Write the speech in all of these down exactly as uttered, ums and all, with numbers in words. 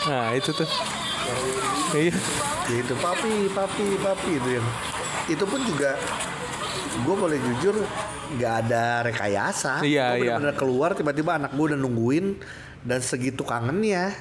Nah itu tuh. Iya. Itu papi, papi, papi itu yang. Itu pun juga gue boleh jujur nggak ada rekayasa. Iya, gue iya. benar-benar keluar tiba-tiba anak gue udah nungguin dan segitu kangennya.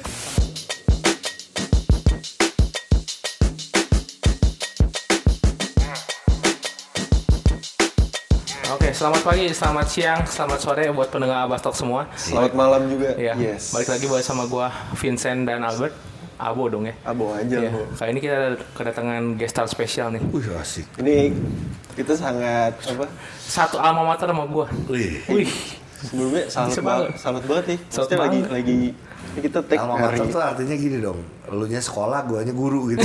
Oke, selamat pagi, selamat siang, selamat sore buat pendengar Abastok semua. Selamat malam juga. Iya. Yes. Balik lagi buat sama gua Vincent dan Albert. Abo dong ya. Abo aja Iya. Bu. Kali ini kita kedatangan guest star spesial nih. Wih asik. Ini kita sangat apa? Satu alma mater sama gua. Wih. Wih. Sebelumnya salut Bisa banget, banget. salut banget nih. Salut Maksudnya lagi banget. lagi ini kita take Alma hari. mater tuh artinya gini dong. Elunya sekolah, guanya guru gitu.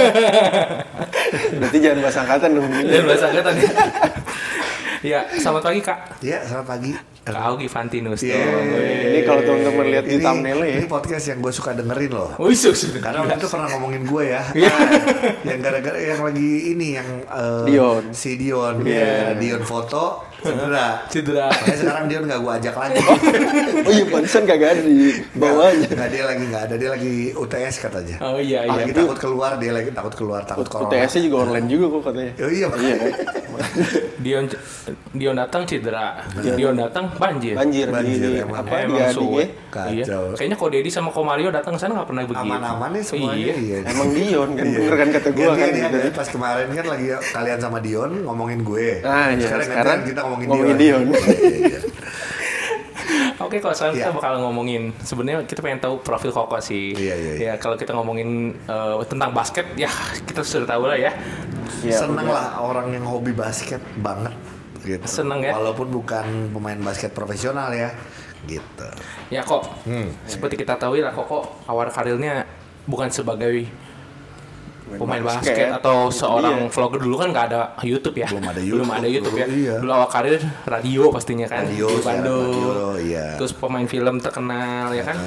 Berarti jangan bahasa angkatan dong. Dan bahasa angkatan ya. Ya, selamat pagi Kak. Iya, selamat pagi. Kak Augie Fantinus. Iya. Ini kalau teman-teman lihat di Ini, thumbnailnya ya. ini podcast yang gue suka dengerin loh. Wih, sus. Karena waktu itu pernah ngomongin gue ya. Yang gara-gara yang lagi ini yang uh, Dion. si Dion. Iya. Yeah. Dion foto cedera. Cedera. Makanya sekarang Dion nggak gue ajak lagi. Oh iya, pantesan kagak ada di bawahnya. Nggak, dia lagi nggak ada, dia lagi U T S katanya. Oh iya iya. Lagi takut keluar, dia lagi takut keluar, takut U corona. T S-nya juga online juga kok katanya. Oh iya, Iya kan? Dion Dion datang cedera. Dion datang banjir. Banjir, Banjir, di emang. apa di Emang Gading suwe. ya. Kacau. Iya. Kayaknya kalau Dedi sama Ko Mario datang ke sana nggak pernah begitu. aman-aman nih semuanya. Iya. Iya. Emang Dion kan Iya. bener kan kata gua Gantian kan ya, gitu. jadi pas kemarin kan lagi kalian sama Dion ngomongin gue. Ah, iya. Sekarang, Sekarang gantian kita ngomongin, ngomongin Dion. Dion. Iya, iya. Oke, kalau sekarang kita Iya. bakal ngomongin sebenarnya kita pengen tahu profil Koko sih. Iya, iya, iya. Ya kalau kita ngomongin eh, tentang basket ya kita sudah tahu lah ya. Iya, Seneng udah. lah orang yang hobi basket banget gitu. Seneng ya? Walaupun bukan pemain basket profesional ya gitu. Ya kok Hmm. seperti kita tahu lah Koko awal karirnya bukan sebagai pemain basket, basket. atau Itu seorang dia. vlogger. Dulu kan nggak ada YouTube ya. Belum ada Belum YouTube. ada YouTube ya. Iya. Dulu awal karir radio pastinya kan Radio, di siaran Bandung. radio, iya. Terus pemain film terkenal ya kan.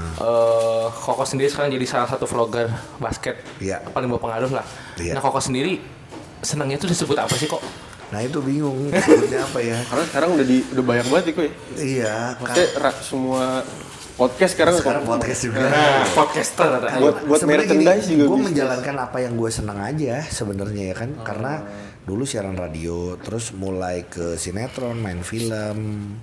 Eh, Koko sendiri sekarang jadi salah satu vlogger basket Iya. paling berpengaruh lah. Iya. Nah Koko sendiri senangnya itu disebut apa sih kok? Nah itu bingung sebutnya apa ya? Karena sekarang udah di udah banyak banget ya, Koy. Iya. Maksudnya ra- semua podcast sekarang Sekarang podcast juga. Nah, podcaster. buat buat Sebenarnya gini, merchandise juga gue bisa. menjalankan apa yang gue senang aja sebenarnya ya kan, karena dulu siaran radio, terus mulai ke sinetron, main film,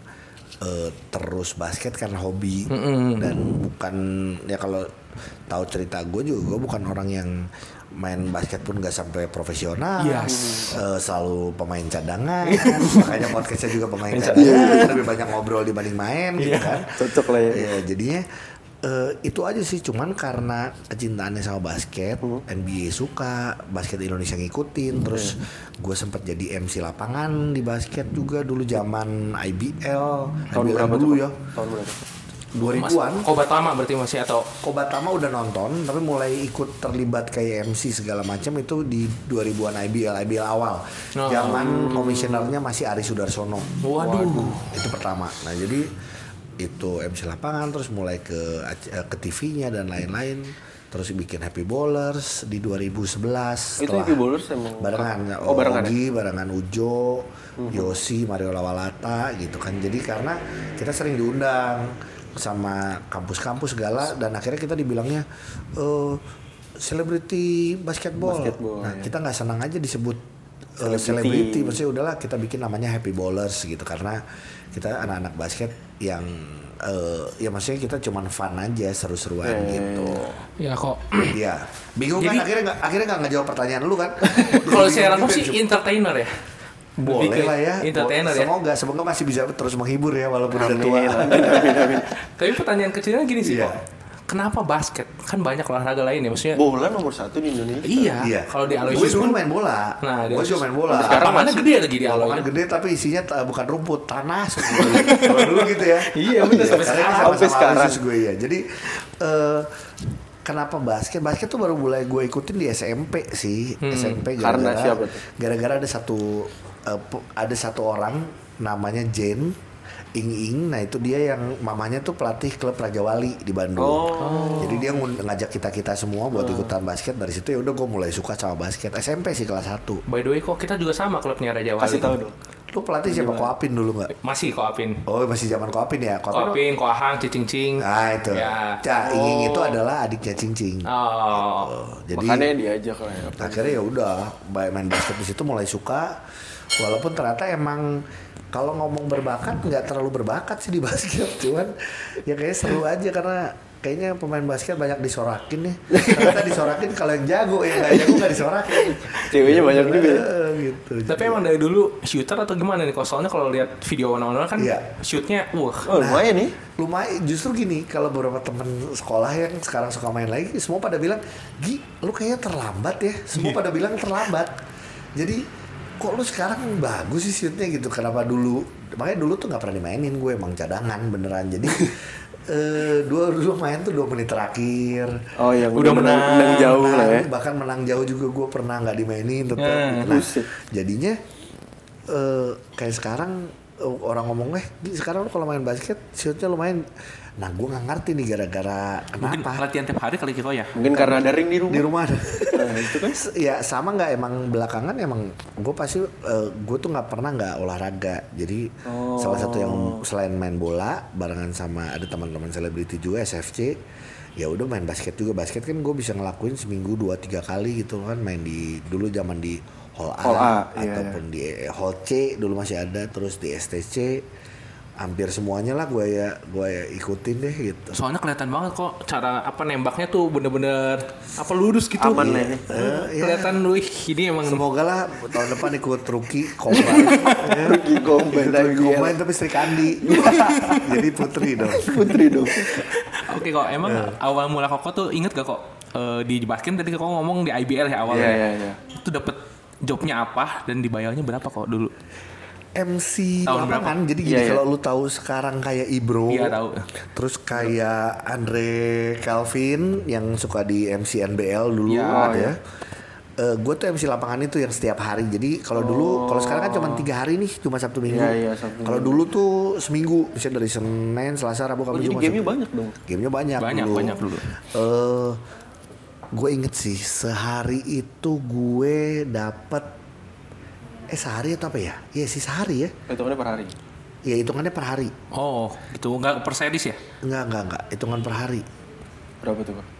eh, terus basket karena hobi dan bukan ya kalau tahu cerita gue juga gue bukan orang yang main basket pun gak sampai profesional. Yes. Eh, selalu pemain cadangan, makanya podcastnya juga pemain cadangan, lebih banyak ngobrol dibanding main gitu kan. Cocok lah ya. Ya, jadinya eh, itu aja sih, cuman karena kecintaannya sama basket, N B A suka, basket Indonesia ngikutin, terus gue sempat jadi M C lapangan di basket juga dulu zaman I B L, Tahun I B L berapa dulu tuh? ya, Tahun berapa? dua Mas, ribuan. Kobat lama berarti masih atau Kobatama udah nonton, tapi mulai ikut terlibat kayak M C segala macam itu di dua ribuan I B L, I B L awal. Oh. Zaman komisionernya masih Ari Sudarsono. waduh. Itu pertama. Nah, jadi itu M C lapangan, terus mulai ke ke T V-nya dan lain-lain. Terus bikin Happy Bowlers di dua ribu sebelas. Itu setelah Happy Bowlers emang barengan. Oh, barengan ya? Ogi, barengan Ujo, Yosi, Mario Lawalata gitu kan. Jadi karena kita sering diundang sama kampus-kampus segala, dan akhirnya kita dibilangnya eh selebriti basketball. Basketball, Nah, ya. kita nggak senang aja disebut eh, Selebriti. selebriti. Maksudnya udahlah kita bikin namanya Happy Bowlers gitu, karena kita anak-anak basket yang eh, ya maksudnya kita cuman fun aja, seru-seruan Eh. gitu. Ya kok. Iya. Bingung Jadi- kan akhirnya nggak akhirnya nggak ngejawab pertanyaan lu kan? Kalau saya Bingung rasa juga, sih Cuk. entertainer ya. Lebih Boleh ke lah ya. entertainer ya. Semoga semoga masih bisa terus menghibur ya walaupun udah Amin, tua. amin, amin, amin. Tapi pertanyaan kecilnya gini sih Iya. kok. Kenapa basket? Kan banyak olahraga lain ya, maksudnya. Bola nomor satu di Indonesia. Iya. Iya. Kalau di gue Aloysius dulu pun main bola. Nah, di gue Aloysius- juga main bola. Sekarang lapangannya gede lagi di Lapangan Aloy. gede tapi isinya uh, bukan rumput, tanah. Kalau dulu gitu ya. Iya, bener, sampai karena sekarang. sama-sama Sampai sekarang. Aloysius gue ya. Jadi eh, kenapa basket? Basket tuh baru mulai gue ikutin di S M P sih. S M P Karena gara-gara siapa tuh? gara-gara ada satu eh, pu- ada satu orang namanya Jane Ing Ing. Nah itu dia yang mamanya tuh pelatih klub Raja Wali di Bandung. Oh. Jadi dia ngun- ngajak kita kita semua buat ikutan basket. Dari situ ya udah gue mulai suka sama basket. S M P sih kelas satu. By the way kok kita juga sama klubnya Raja Wali. Kasih tahu dong. Lu pelatih siapa? Koapin dulu nggak? Masih Koapin. Oh masih zaman Koapin ya? Koapin, Koahang, Cicing-cing. Ah itu. Ya. Cah Inging itu adalah adiknya Cing-Cing. Oh. Gitu. Jadi Makanya diajak lah ya. akhirnya ya udah main basket di situ mulai suka. Walaupun ternyata emang kalau ngomong berbakat nggak terlalu berbakat sih di basket, cuman ya kayaknya seru aja karena kayaknya pemain basket banyak disorakin ya. Ternyata disorakin kalau yang jago, yang nggak jago nggak disorakin. Ceweknya banyak juga ya. Gitu. Tapi emang dari dulu shooter atau gimana nih? Kalau soalnya kalau lihat video Wana-Wana kan Iya. shootnya, wah. Oh lumayan nih. Lumayan, justru gini, kalau beberapa temen sekolah yang sekarang suka main lagi, semua pada bilang, Gi, lu kayaknya terlambat ya. Semua pada bilang terlambat. Jadi, kok lu sekarang bagus sih shootnya gitu. Kenapa dulu? Makanya dulu tuh nggak pernah dimainin gue, emang cadangan beneran. Jadi, eh, dua dulu main tuh dua menit terakhir. Oh yang Udah udah menang, menang, menang jauh lah ya. Bahkan menang jauh juga gue pernah nggak dimainin tetap. Ya, Nah, buset. jadinya eh, kayak sekarang eh, orang ngomong eh Gi, sekarang lu kalau main basket shootnya lumayan. Nah gue nggak ngerti nih gara-gara Mungkin kenapa latihan tiap hari kali gitu ya. Mungkin karena ada ring di rumah. di rumah. Nah, itu kan. Ya sama nggak emang belakangan emang gue pasti eh, gue tuh nggak pernah nggak olahraga. Jadi Oh. salah satu yang selain main bola barengan sama ada teman-teman selebriti juga S F C. Ya udah main basket juga. Basket kan gue bisa ngelakuin seminggu dua tiga kali gitu kan, main di dulu zaman di Hall A, Hall A, iya, ataupun di Hall C dulu masih ada, terus di S T C hampir semuanya lah gue ya gue ya ikutin deh gitu. Soalnya kelihatan banget kok cara apa nembaknya tuh bener-bener apa lurus gitu. Aman lah ini. Eh, ya. Kelihatan wih ini emang Semoga lah tahun depan ikut rookie combine. Rookie combine Ikut rookie I B L. combine tapi Sri Kandi. Jadi putri dong. Putri dong. Oke kok, emang awal mula Koko tuh inget gak kok eh, di basket tadi Koko ngomong di I B L ya awalnya. Iya, iya, iya. Itu dapet jobnya apa dan dibayarnya berapa kok dulu? M C Tahun lapangan. Jadi gini, Iya, iya. kalau lu tahu sekarang kayak Ibro. Iya, tahu. Terus kayak Andre Calvin yang suka di M C N B L dulu Iya, ada iya. ya. Eh, gue tuh M C lapangan itu yang setiap hari. Jadi kalau dulu, kalau sekarang kan cuma tiga hari nih, cuma Sabtu Minggu. Iya, iya, Sabtu Kalau dulu tuh seminggu, misalnya dari Senin, Selasa, Rabu, Oh, Kamis, jadi Jumat. gamenya Sabtu. banyak dong. Gamenya banyak, Banyak, dulu. banyak dulu. Eh, gue inget sih sehari itu gue dapat eh sehari atau apa ya? Iya sih sehari ya. Hitungannya per hari. Ya hitungannya per hari. Oh, gitu nggak per series ya? Enggak enggak enggak, hitungan per hari. Berapa tuh, Pak?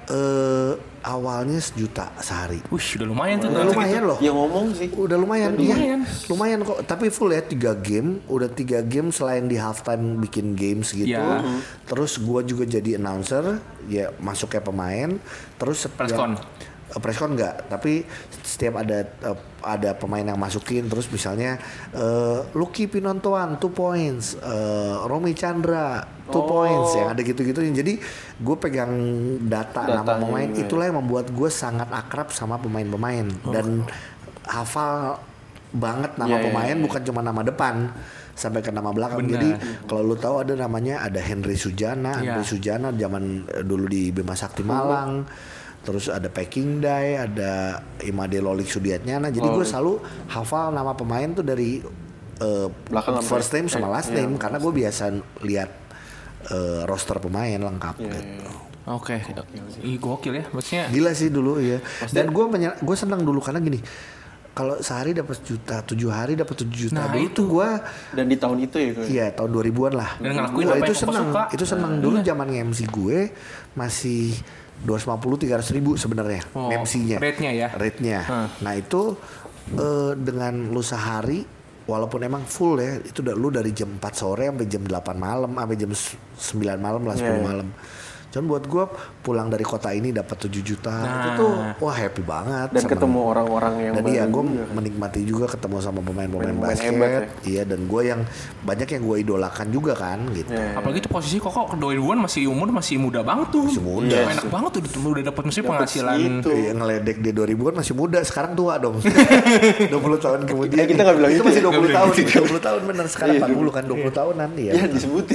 Eh awalnya sejuta sehari. Wih, udah lumayan tuh. Udah dengan lumayan segitu. loh. Ya ngomong sih. Udah lumayan, Udah iya. lumayan. Lumayan kok, tapi full ya tiga game, udah tiga game selain di halftime bikin games gitu. Ya. Terus gua juga jadi announcer, ya masuk kayak pemain, terus setiap Presscon. Eh, presscon enggak, tapi setiap ada eh, ada pemain yang masukin, terus misalnya eh, Lucky Pinontoan two points, eh, Romy Chandra two Oh. points, yang ada gitu-gitu. Jadi gue pegang data nama Datanya pemain, juga ya. itulah yang membuat gue sangat akrab sama pemain-pemain dan hafal banget nama Iya, iya, pemain, iya. bukan cuma nama depan sampai ke nama belakang. Benar. Jadi kalau lu tahu ada namanya ada Henry Sujana, Iya. Henry Sujana zaman eh, dulu di Bima Sakti Malang. Terus ada Peking Dai, ada Imade Lolik Sudiatnyana. Jadi Oh. gue selalu hafal nama pemain tuh dari eh, Belakang sampai- first name sama eh, last iya, name karena gue biasa lihat eh, roster pemain lengkap Iya, gitu. iya, iya. Oke, ih gokil ya, maksudnya. Gila sih dulu ya. Dan gue gue senang dulu karena gini. Kalau sehari dapat juta, tujuh hari dapat tujuh juta. Nah, dulu itu. tuh gue Dan di tahun itu ya, Kak? iya tahun dua ribuan lah. Dan ngelakuin Wah, apa itu yang Koko senang. suka. Itu senang dulu zaman M C gue masih dua ratus lima puluh tiga ratus ribu sebenarnya Oh, M C-nya. rate-nya ya? Rate-nya. Hmm. Nah, itu eh, dengan lu sehari walaupun emang full ya, itu udah lu dari jam empat sore sampai jam delapan malam, sampai jam sembilan malam lah, sepuluh Iya, iya. malam. Cuman buat gue pulang dari kota ini dapat tujuh juta, Nah. itu tuh wah happy banget. Dan seneng. ketemu orang-orang yang Dan iya, baru gue juga. menikmati juga ketemu sama pemain-pemain Pemain-pemain basket. hebat ya. Iya, dan gue yang banyak yang gue idolakan juga kan gitu. Iya. Apalagi tuh posisi Koko dua ribuan masih umur masih muda banget tuh. Masih muda. Iya, enak banget tuh udah dapat mesti Dapet penghasilan. segitu. Iya, ngeledek di dua ribuan masih muda, sekarang tua dong. dua puluh tahun kemudian. Eh, kita nggak bilang itu itu masih ya? dua puluh Nggak tahun, bilang dua puluh tahun bener sekarang Iya, empat puluh kan dua puluh tahunan iya. Ya disebutin.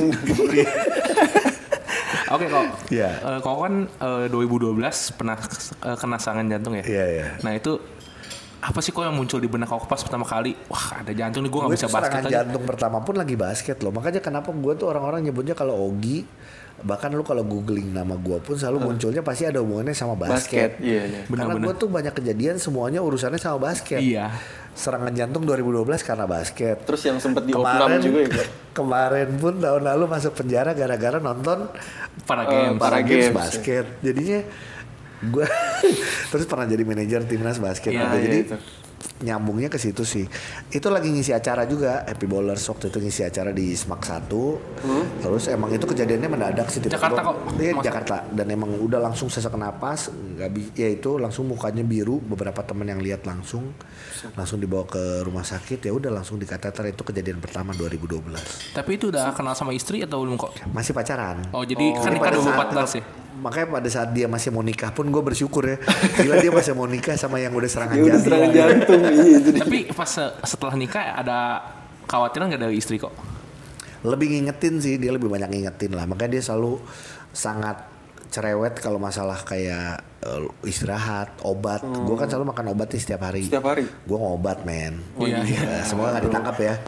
Oke kok. Iya. Eh, Koko kan eh, dua ribu dua belas pernah eh, kena serangan jantung ya. Iya, iya. Nah itu apa sih kok yang muncul di benak Koko pas pertama kali? Wah ada jantung nih, gue nggak Gue bisa tuh basket serangan lagi. jantung pertama pun lagi basket loh. Makanya kenapa gue tuh orang-orang nyebutnya kalau Ogi, bahkan lu kalau googling nama gue pun selalu munculnya pasti ada hubungannya sama basket. Basket. Iya, iya. Karena Benar-benar. gue tuh banyak kejadian semuanya urusannya sama basket. Iya. serangan jantung dua ribu dua belas karena basket. Terus yang sempet di Opnam juga ya, Kak? Kemarin pun tahun lalu masuk penjara gara-gara nonton Para Uh, games. para games, basket. Jadinya gue terus pernah jadi manajer timnas basket. Iya, gitu. iya, Jadi itu. nyambungnya ke situ sih. Itu lagi ngisi acara juga, Happy Bowlers waktu itu ngisi acara di Smack satu. Hmm? Terus emang itu kejadiannya mendadak sih. Jakarta kok? Iya, Masa? Jakarta. Dan emang udah langsung sesak napas, nggak bi- ya itu langsung mukanya biru. Beberapa teman yang lihat langsung langsung dibawa ke rumah sakit. Ya udah langsung dikateter. Itu kejadian pertama dua ribu dua belas. Tapi itu udah kenal sama istri atau belum kok? Masih pacaran. Oh jadi kan Jadi nikah pada dua ribu saat- empat belas ya? Makanya pada saat dia masih mau nikah pun gue bersyukur ya. Gila dia masih mau nikah sama yang udah serangan Ya udah jantung. serangan jantung. Iya itu dia. Tapi pas se- setelah nikah ada khawatiran gak dari istri kok? Lebih ngingetin sih, dia lebih banyak ngingetin lah. Makanya dia selalu sangat cerewet kalau masalah kayak uh, istirahat, obat. Hmm. Gue kan selalu makan obat nih setiap hari. Setiap hari? Gue ngobat men. Oh, iya, Ya, semoga gak ditangkap ya.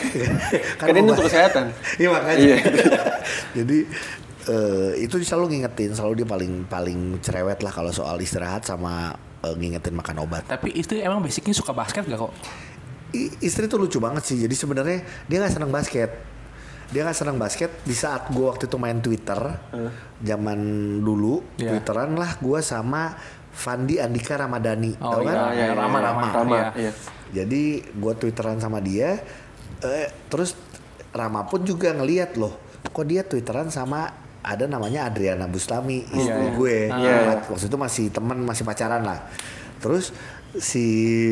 Kan ini obat- untuk kesehatan. Iya makanya. Iya. Jadi eh, itu selalu ngingetin, selalu dia paling paling cerewet lah kalau soal istirahat sama eh, ngingetin makan obat. Tapi istri emang basicnya suka basket gak kok? I- istri tuh lucu banget sih. Jadi sebenarnya dia nggak senang basket. Dia nggak senang basket di saat gue waktu itu main Twitter, zaman dulu Iya. Twitteran lah gue sama Fandi Andika Ramadhani, Oh, tau iya, kan? iya, iya. Rama, Rama, Rama, iya. iya. Jadi gue Twitteran sama dia, eh, terus Rama pun juga ngeliat loh, kok dia Twitteran sama ada namanya Adriana Bustami, istri Iya, iya. gue. Iya, iya. Waktu itu masih teman, masih pacaran lah. Terus si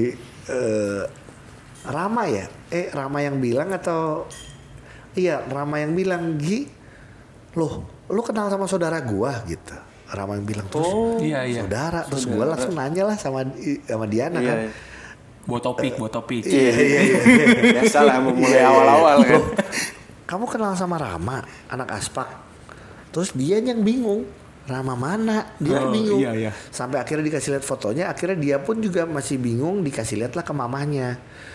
eh, Rama ya, eh Rama yang bilang atau iya Rama yang bilang, Gi, loh, lu kenal sama saudara gua gitu. Rama yang bilang terus, Iya, iya. saudara. Terus gue langsung nanya lah sama sama Diana Iya, kan. iya. Buat topik, buat topik. Iya iya iya. Biasa lah memulai awal-awal kan. Kamu kenal sama Rama, anak Aspak. Terus dia yang bingung, Rama mana? Dia Oh, bingung. iya, iya. Sampai akhirnya dikasih lihat fotonya, akhirnya dia pun juga masih bingung, dikasih lihat lah ke mamahnya.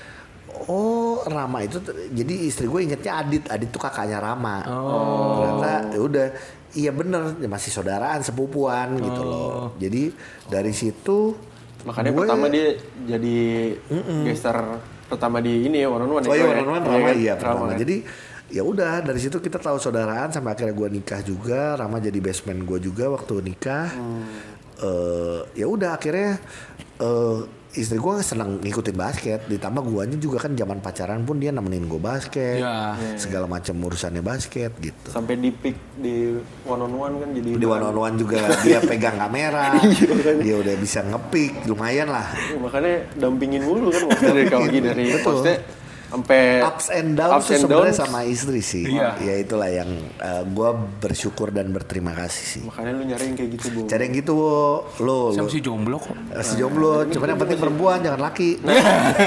Oh, Rama itu t- jadi istri gue ingetnya Adit, Adit tuh kakaknya Rama. Oh. Ternyata ya udah, iya bener, ya masih saudaraan, sepupuan gitu loh. Jadi dari situ Makanya gue- pertama dia jadi gestar pertama di ini ya One on One. Oh iya, One on One Rama kan? iya pertama. kan? Jadi ya udah dari situ kita tahu saudaraan sampai akhirnya gue nikah juga. Rama jadi best man gue juga waktu nikah. Eh, ya udah akhirnya eh, istri gue senang ngikutin basket. Ditambah guanya juga kan zaman pacaran pun dia nemenin gue basket, Iya. segala macam urusannya basket gitu. sampai di pick di One on One kan jadi Di one on one juga dia pegang kamera, dia udah bisa ngepick lumayan lah. makanya dampingin mulu kan maksudnya dari kalau gini dari Betul. maksudnya sampai Ups and downs ups tuh and sebenarnya downs. sama istri sih. Iya. Ya itulah yang gue bersyukur dan berterima kasih sih. Makanya lu nyari yang kayak gitu, Bu. Cari yang gitu wo. lo Saya lo masih jomblo kok. si jomblo, cuman yang penting perempuan jangan laki. Nah.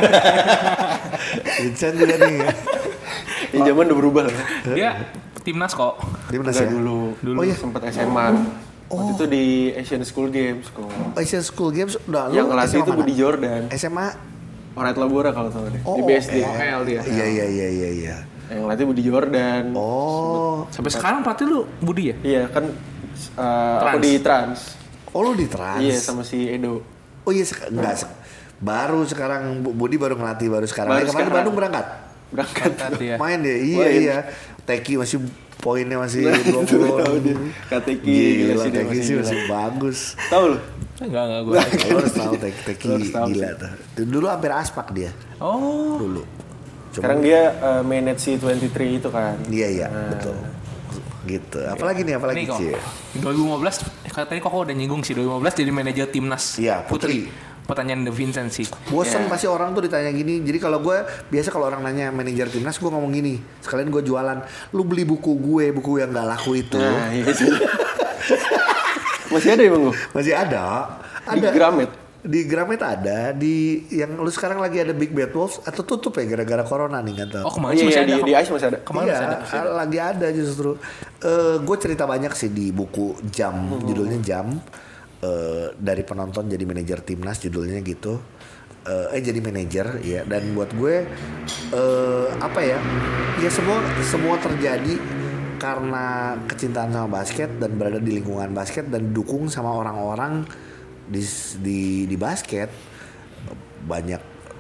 Vincent juga nih. Yang zaman udah berubah lah. Dia timnas kok. Timnas Enggak ya. dulu. Oh iya. Sempet S M A. Waktu itu di Asian School Games kok. Asian School Games udah Yang lu ngelatih S M A itu mana? Budi Jordan. S M A. Oret Labora kalau tau deh. Oh, Di B S D. eh, O L dia. Iya iya iya iya iya. Yang ngelatih Budi Jordan. Oh. Sampai sekarang pelatih lu Budi ya? Iya kan uh, aku Trans. di Trans. Oh lu di Trans. Iya sama si Edo. Oh iya sek- enggak sek- baru sekarang Bu- Budi baru ngelatih baru sekarang. Baru Eh, kemarin di sekarang. Bandung berangkat. Berangkat. Berangkat ya. Main dia. Iya Main. iya. Teki masih poinnya masih dua puluh. Tahu dia. K T K Gila, sih dia Teki sih gila. masih bagus. Tahu lu? Enggak, enggak gue. Lo harus tahu Teki, Teki Lo harus tahu gila sih. tuh. Dulu hampir aspak dia Oh. dulu. Cuma- Sekarang dia uh, manage si dua puluh tiga itu kan. Iya iya betul. Gitu. Apalagi nih apalagi Nih kok. sih? dua ribu lima belas katanya kok udah nyinggung sih dua ribu lima belas jadi manajer timnas. Iya, Putri. Pertanyaan The Vincent sih. Bosen Iya. pasti orang tuh ditanya gini. Jadi kalau gue biasa kalau orang nanya manajer timnas gue ngomong gini. Sekalian gue jualan. Lu beli buku gue, buku yang gak laku itu. Nah, iya sih. Masih ada emang lu? Masih ada. Di Ada. Gramet. Di Gramet ada. Di yang lu sekarang lagi ada Big Bad Wolves atau tutup ya gara-gara corona nih kan? Oh Oh, kemarin iya, masih iya, ada. di, di Ice masih ada. Kemarin iya, masih ada. masih ada. lagi ada justru. Gue cerita banyak sih di buku Jam, judulnya Jam. Eh, dari penonton jadi manajer timnas, judulnya gitu. Eh, eh jadi manajer, ya. Dan buat gue, eh, apa ya? Ya semua semua terjadi karena kecintaan sama basket dan berada di lingkungan basket dan didukung sama orang-orang di di di basket. Banyak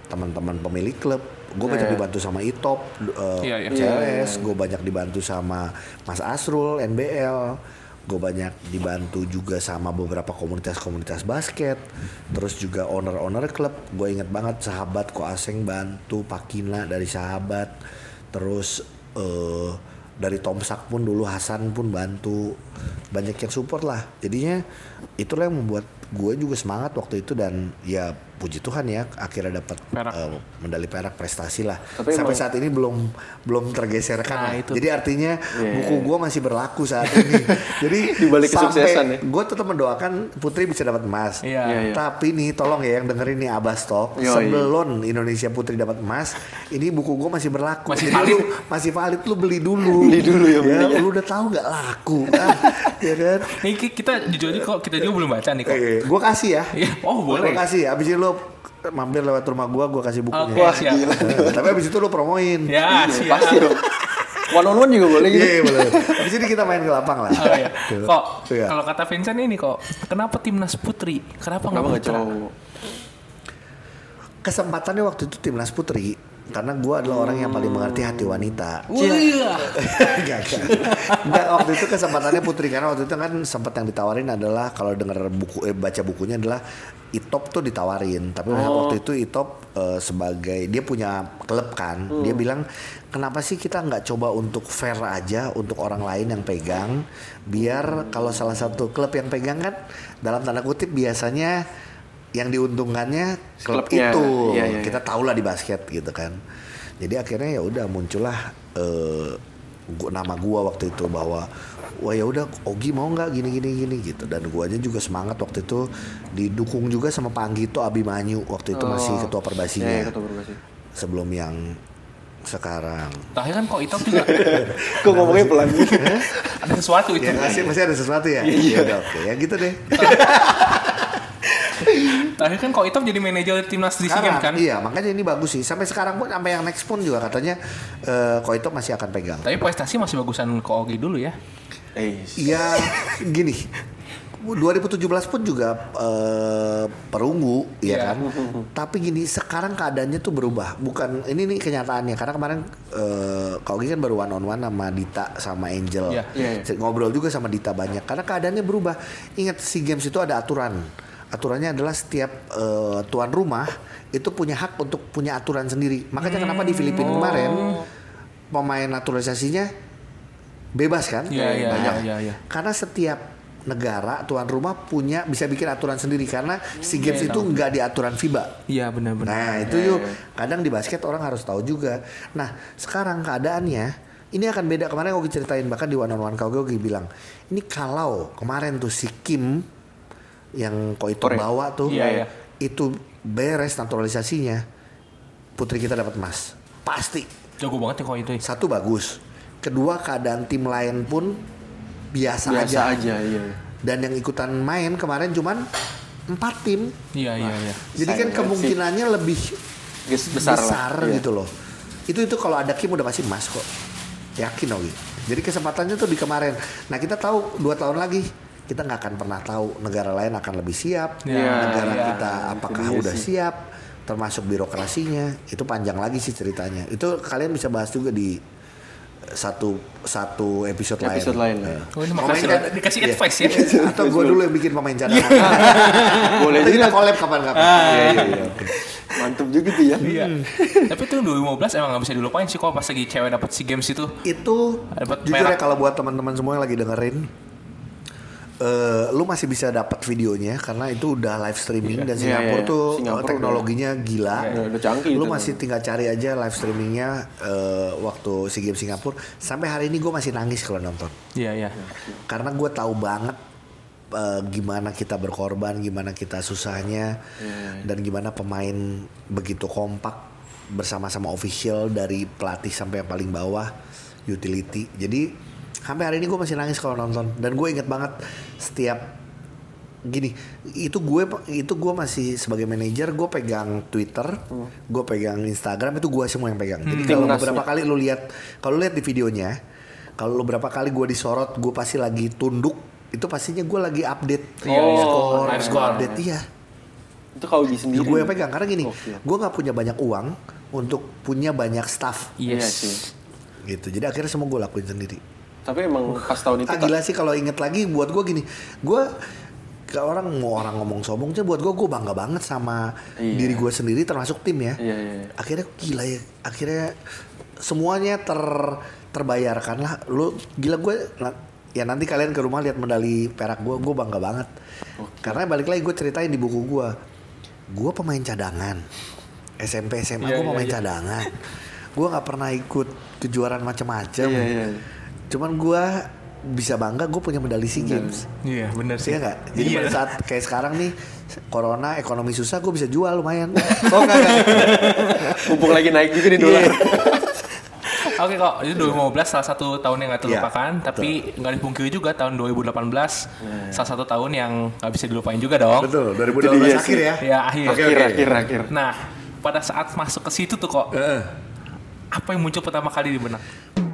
teman-teman pemilik klub. Gue banyak Yeah. dibantu sama Itop, uh, Yeah, yeah. C L S. Yeah. Gue banyak dibantu sama Mas Asrul, N B L. Gue banyak dibantu juga sama beberapa komunitas-komunitas basket. Terus juga owner-owner klub. Gue inget banget Sahabat Ko Aseng bantu, Pakina dari Sahabat. Terus uh, dari Tomsak pun dulu, Hasan pun bantu. Banyak yang support lah. Jadinya itulah yang membuat gue juga semangat waktu itu. Dan ya puji Tuhan ya akhirnya dapat uh, medali perak, prestasi lah. Tapi sampai emang, saat ini belum belum tergeserkan. Nah, itu. Jadi artinya yeah. buku gue masih berlaku saat ini. Jadi dibalik kesuksesan ya. Gue tetap mendoakan Putri bisa dapat emas. Yeah. Yeah, yeah. Tapi nih tolong ya yang dengerin nih Abastok, sebelum Indonesia Putri dapat emas, ini buku gue masih berlaku. Masih Jadi valid. Lu, masih valid, lu beli dulu. Beli dulu ya. Ya, lu udah tahu nggak laku kan? Ya kan? Nih kita jujur aja kok kita juga belum baca nih kok. Eh, gue kasih ya. Oh boleh. Gue kasih. Abis itu lu mampir lewat rumah gua, gua kasih bukunya. Oke, siap. Nah, tapi abis itu lu promoin. Ya, siap. Pasti dong. One on one juga boleh gitu. Iya, boleh. Abis ini kita main ke lapang lah. Oh, iya. Kok, iya. Kalau kata Vincent ini kok, kenapa timnas putri? Kenapa nggak cowok? Kesempatannya waktu itu timnas putri, karena gue adalah orang yang paling mengerti hati wanita. Iya. Enggak, enggak. Waktu itu kesempatannya putri, karena waktu itu kan sempat yang ditawarin adalah kalau dengar buku, eh, baca bukunya adalah Itop tuh ditawarin. Tapi oh. waktu itu Itop uh, sebagai dia punya klub kan, hmm. dia bilang kenapa sih kita nggak coba untuk fair aja untuk orang lain yang pegang, biar kalau salah satu klub yang pegang kan dalam tanda kutip biasanya yang diuntungkannya klub Klubnya. itu. Ya, ya, ya. Kita tahu lah di basket gitu kan. Jadi akhirnya ya udah muncullah uh, gua, nama gua waktu itu bahwa wah ya udah Ogi mau nggak gini gini gini gitu. Dan gua aja juga semangat waktu itu, didukung juga sama Pak Anggito Abimanyu waktu itu oh. masih ketua Perbasinya. Ya, ketua Perbasi. Sebelum yang sekarang. Terakhir kan kok Itop juga. Kok ngomongnya pelan gitu. Ada sesuatu itu. Ya, masih masih ada sesuatu ya. Iya udah oke ya gitu deh. Terakhir kan kok Itop jadi manajer timnas di SEA Games kan? Iya, makanya ini bagus sih. Sampai sekarang pun sampai yang next pun juga katanya uh, Ko Itop masih akan pegang. Tapi prestasi masih bagusan Ko Ogi dulu ya. Iya, gini. dua ribu tujuh belas pun juga uh, perunggu, yeah. ya kan. Tapi gini, sekarang keadaannya tuh berubah. Bukan ini nih kenyataannya. Karena kemarin uh, Ko Ogi kan baru one on one sama Dita sama Angel. Yeah. Yeah, yeah. Ngobrol juga sama Dita banyak. Karena keadaannya berubah. Ingat SEA Games itu ada aturan. Aturannya adalah setiap uh, tuan rumah itu punya hak untuk punya aturan sendiri. Makanya hmm. kenapa di Filipina oh. kemarin pemain naturalisasinya bebas kan? Iya iya iya iya. Karena setiap negara tuan rumah punya bisa bikin aturan sendiri karena SEA Games ya, itu tahu. Nggak di aturan FIBA. Iya benar-benar. Nah itu ya, yuk kadang di basket orang harus tahu juga. Nah sekarang keadaannya ini akan beda. Kemarin Ogi ceritain bahkan di one on one Ko Ogi bilang ini kalau kemarin tuh si Kim yang Ko Itop bawa tuh iya, iya. itu beres naturalisasinya, putri kita dapat emas pasti. Jago banget ya Ko itu. Satu bagus, kedua keadaan tim lain pun biasa, biasa aja. aja iya. Dan yang ikutan main kemarin cuman empat tim. Iya iya iya. Jadi kan kemungkinannya sih. lebih besar, besar lah. gitu loh. Itu itu kalau ada Kim udah kasih emas kok, yakin Ogi. Jadi kesempatannya tuh di kemarin. Nah kita tahu dua tahun lagi kita nggak akan pernah tahu negara lain akan lebih siap, ya, negara ya, kita apakah udah sih. siap, termasuk birokrasinya, itu panjang lagi sih ceritanya. Itu kalian bisa bahas juga di satu satu episode, episode lain. lain. Oh, ini makasih kan, dikasih yeah. advice ya. Atau gue dulu yang bikin pemain cadangan. Boleh juga kita collab kapan-kapan. Ah, iya, iya, iya. Mantap juga tuh ya. Iya. Tapi itu dua ribu lima belas emang nggak bisa dilupain sih kok pas lagi cewek dapat SEA Games itu. Itu jujur ya kalau buat teman-teman semua yang lagi dengerin. Uh, lu masih bisa dapat videonya karena itu udah live streaming yeah. dan Singapura yeah, yeah. tuh Singapura udah, teknologinya gila. Yeah, udah canggih. Lu itu masih kan. tinggal cari aja live streamingnya uh, waktu SEA Games Singapura. Sampai hari ini gue masih nangis kalau nonton. Iya yeah, iya. Yeah. Karena gue tahu banget uh, gimana kita berkorban, gimana kita susahnya, yeah. dan gimana pemain begitu kompak bersama-sama official dari pelatih sampai yang paling bawah utility. Jadi sampai hari ini gue masih nangis kalau nonton. Dan gue inget banget setiap gini, itu gue itu gue masih sebagai manajer, gue pegang Twitter, hmm. gue pegang Instagram, itu gue semua yang pegang. Jadi hmm. kalau beberapa kali lu lihat, kalau lu lihat di videonya, kalau beberapa kali gue disorot, gue pasti lagi tunduk, itu pastinya gue lagi update oh, skor, skor update iya. Itu kau uji sendiri. Gue yang pegang karena gini, Oke. gue nggak punya banyak uang untuk punya banyak staff. Iya Yes. sih. Gitu. Jadi akhirnya semua gue lakuin sendiri. Tapi emang pas tahun itu Ah gila sih kalau inget lagi buat gue gini, gue ke orang mau orang ngomong sombong sih buat gue gue bangga banget sama Iya. diri gue sendiri termasuk tim ya. Iya, iya, iya. Akhirnya gila ya, akhirnya semuanya ter terbayarkan lah. Lu gila gue ya nanti kalian ke rumah lihat medali perak gue, gue bangga banget. Karena balik lagi gue ceritain di buku gue, gue pemain cadangan, S M P S M A Iya, gue iya, pemain iya. cadangan, gue nggak pernah ikut kejuaraan macam-macam. Iya, iya. Cuman gue bisa bangga gue punya medali SEA Games. Iya benar sih. Iya nggak? Jadi Iya. pada saat kayak sekarang nih corona ekonomi susah gue bisa jual lumayan. Oh enggak enggak. Mumpung lagi naik juga nih dolar. Oke kok, itu dua ribu lima belas salah satu tahun yang gak terlupakan, Iya, tapi nggak dipungkiri juga tahun dua ribu delapan belas salah satu tahun yang nggak bisa dilupain juga dong. Betul, dua ribu delapan belas Itu dia akhir sih. ya. Ya akhir. Akhir, akhir, akhir. Nah, pada saat masuk ke situ tuh kok, Heeh. apa yang muncul pertama kali di benak?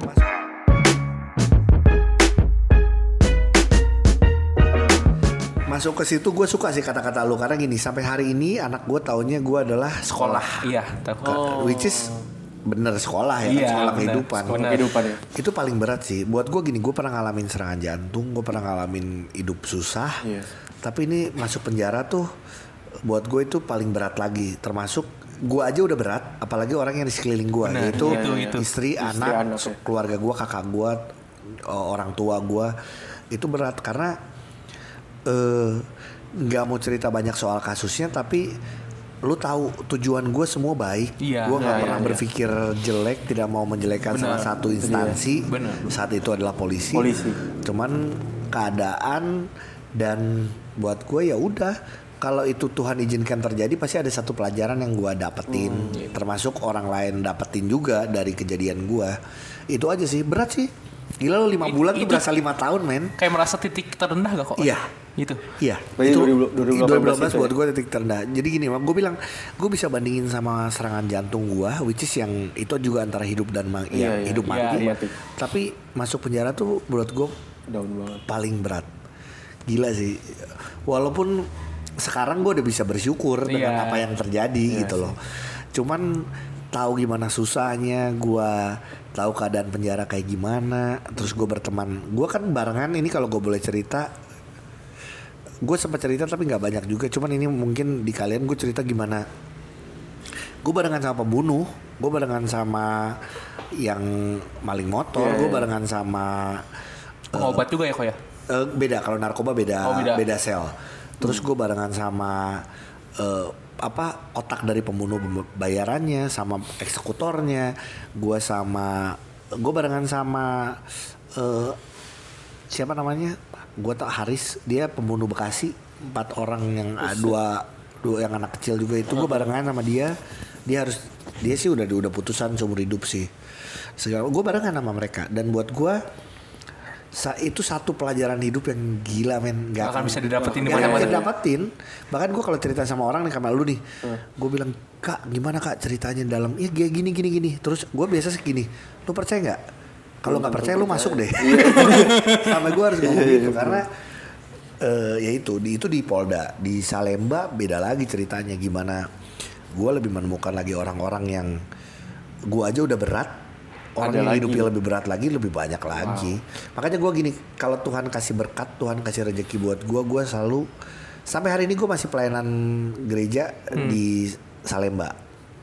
Masuk ke situ gue suka sih kata-kata lu karena gini sampai hari ini anak gue taunya gue adalah sekolah. Iya, tahu. Ke- Which is bener sekolah ya, kan? Iya, sekolah bener. kehidupan. Bener. Kehidupan ya. Itu paling berat sih. Buat gue gini, gue pernah ngalamin serangan jantung, gue pernah ngalamin hidup susah. Iya. Tapi ini masuk penjara tuh, buat gue itu paling berat lagi. Termasuk gue aja udah berat, apalagi orang yang di sekeliling gue, Bener, yaitu itu, itu. istri, Istri, anak, anak, ya. keluarga gue, kakak gue, orang tua gue. Itu berat karena eh, nggak mau cerita banyak soal kasusnya, tapi lu tahu tujuan gue semua baik. Iya, Gue nggak iya, pernah iya. berpikir jelek, tidak mau menjelekkan Benar, salah satu instansi. Benar. Saat itu adalah polisi. Polisi. Cuman keadaan dan buat gue ya udah. Kalau itu Tuhan izinkan terjadi, pasti ada satu pelajaran yang gue dapetin, termasuk orang lain dapetin juga dari kejadian gue. Itu aja sih, berat sih. Gila lo lima It- bulan tuh itu- berasa lima tahun men. Kayak merasa titik terendah gak kok? Iya. Gitu. Iya, Berarti itu dua ribu delapan belas dua ribu delapan belas itu buat ya? gue titik terendah. Jadi gini, gue bilang gue bisa bandingin sama serangan jantung gue, which is yang itu juga antara hidup dan ma- Iya, ya, iya, hidup iya, mati. iya. Tapi masuk penjara tuh menurut gue Down banget. paling berat. Gila sih. Walaupun sekarang gue udah bisa bersyukur dengan Iya. apa yang terjadi gitu loh. Cuman tahu gimana susahnya, gue tahu keadaan penjara kayak gimana. Terus gue berteman, gue kan barengan ini kalau gue boleh cerita, gue sempat cerita tapi nggak banyak juga. Cuman ini mungkin di kalian gue cerita gimana. Gue barengan sama pembunuh, gue barengan sama yang maling motor, Iya, gue iya. barengan sama Pengobat juga ya kok ya? Eh, beda. Kalau narkoba beda, Oh, beda. beda sel. Terus gue barengan sama eh, apa otak dari pembunuh pem- bayarannya, sama eksekutornya. Gue sama gue barengan sama eh, siapa namanya? Gue tak Haris, dia pembunuh Bekasi, empat orang yang ah, dua dua yang anak kecil juga itu gue barengan sama dia. Dia harus dia sih udah udah putusan seumur hidup sih. Segala gue barengan sama mereka dan buat gue Sa- itu satu pelajaran hidup yang gila men, Nggak akan bisa didapetin di nggak akan mana-mana. bisa didapetin. Bahkan gue kalau cerita sama orang nih sama lu nih, gue bilang kak gimana kak ceritanya dalam, ya kayak gini gini gini. Terus gue biasa segini, lu percaya nggak? Kalau nggak percaya lu masuk deh. Sampai gue harus ngomong gitu karena eh, ya itu di itu di Polda, di Salemba beda lagi ceritanya gimana. Gue lebih menemukan lagi orang-orang yang gue aja udah berat. Orang Ada yang lagi. hidupnya lebih berat lagi, lebih banyak lagi. Makanya gue gini, kalau Tuhan kasih berkat, Tuhan kasih rezeki buat gue, gue selalu sampai hari ini gue masih pelayanan gereja di Salemba.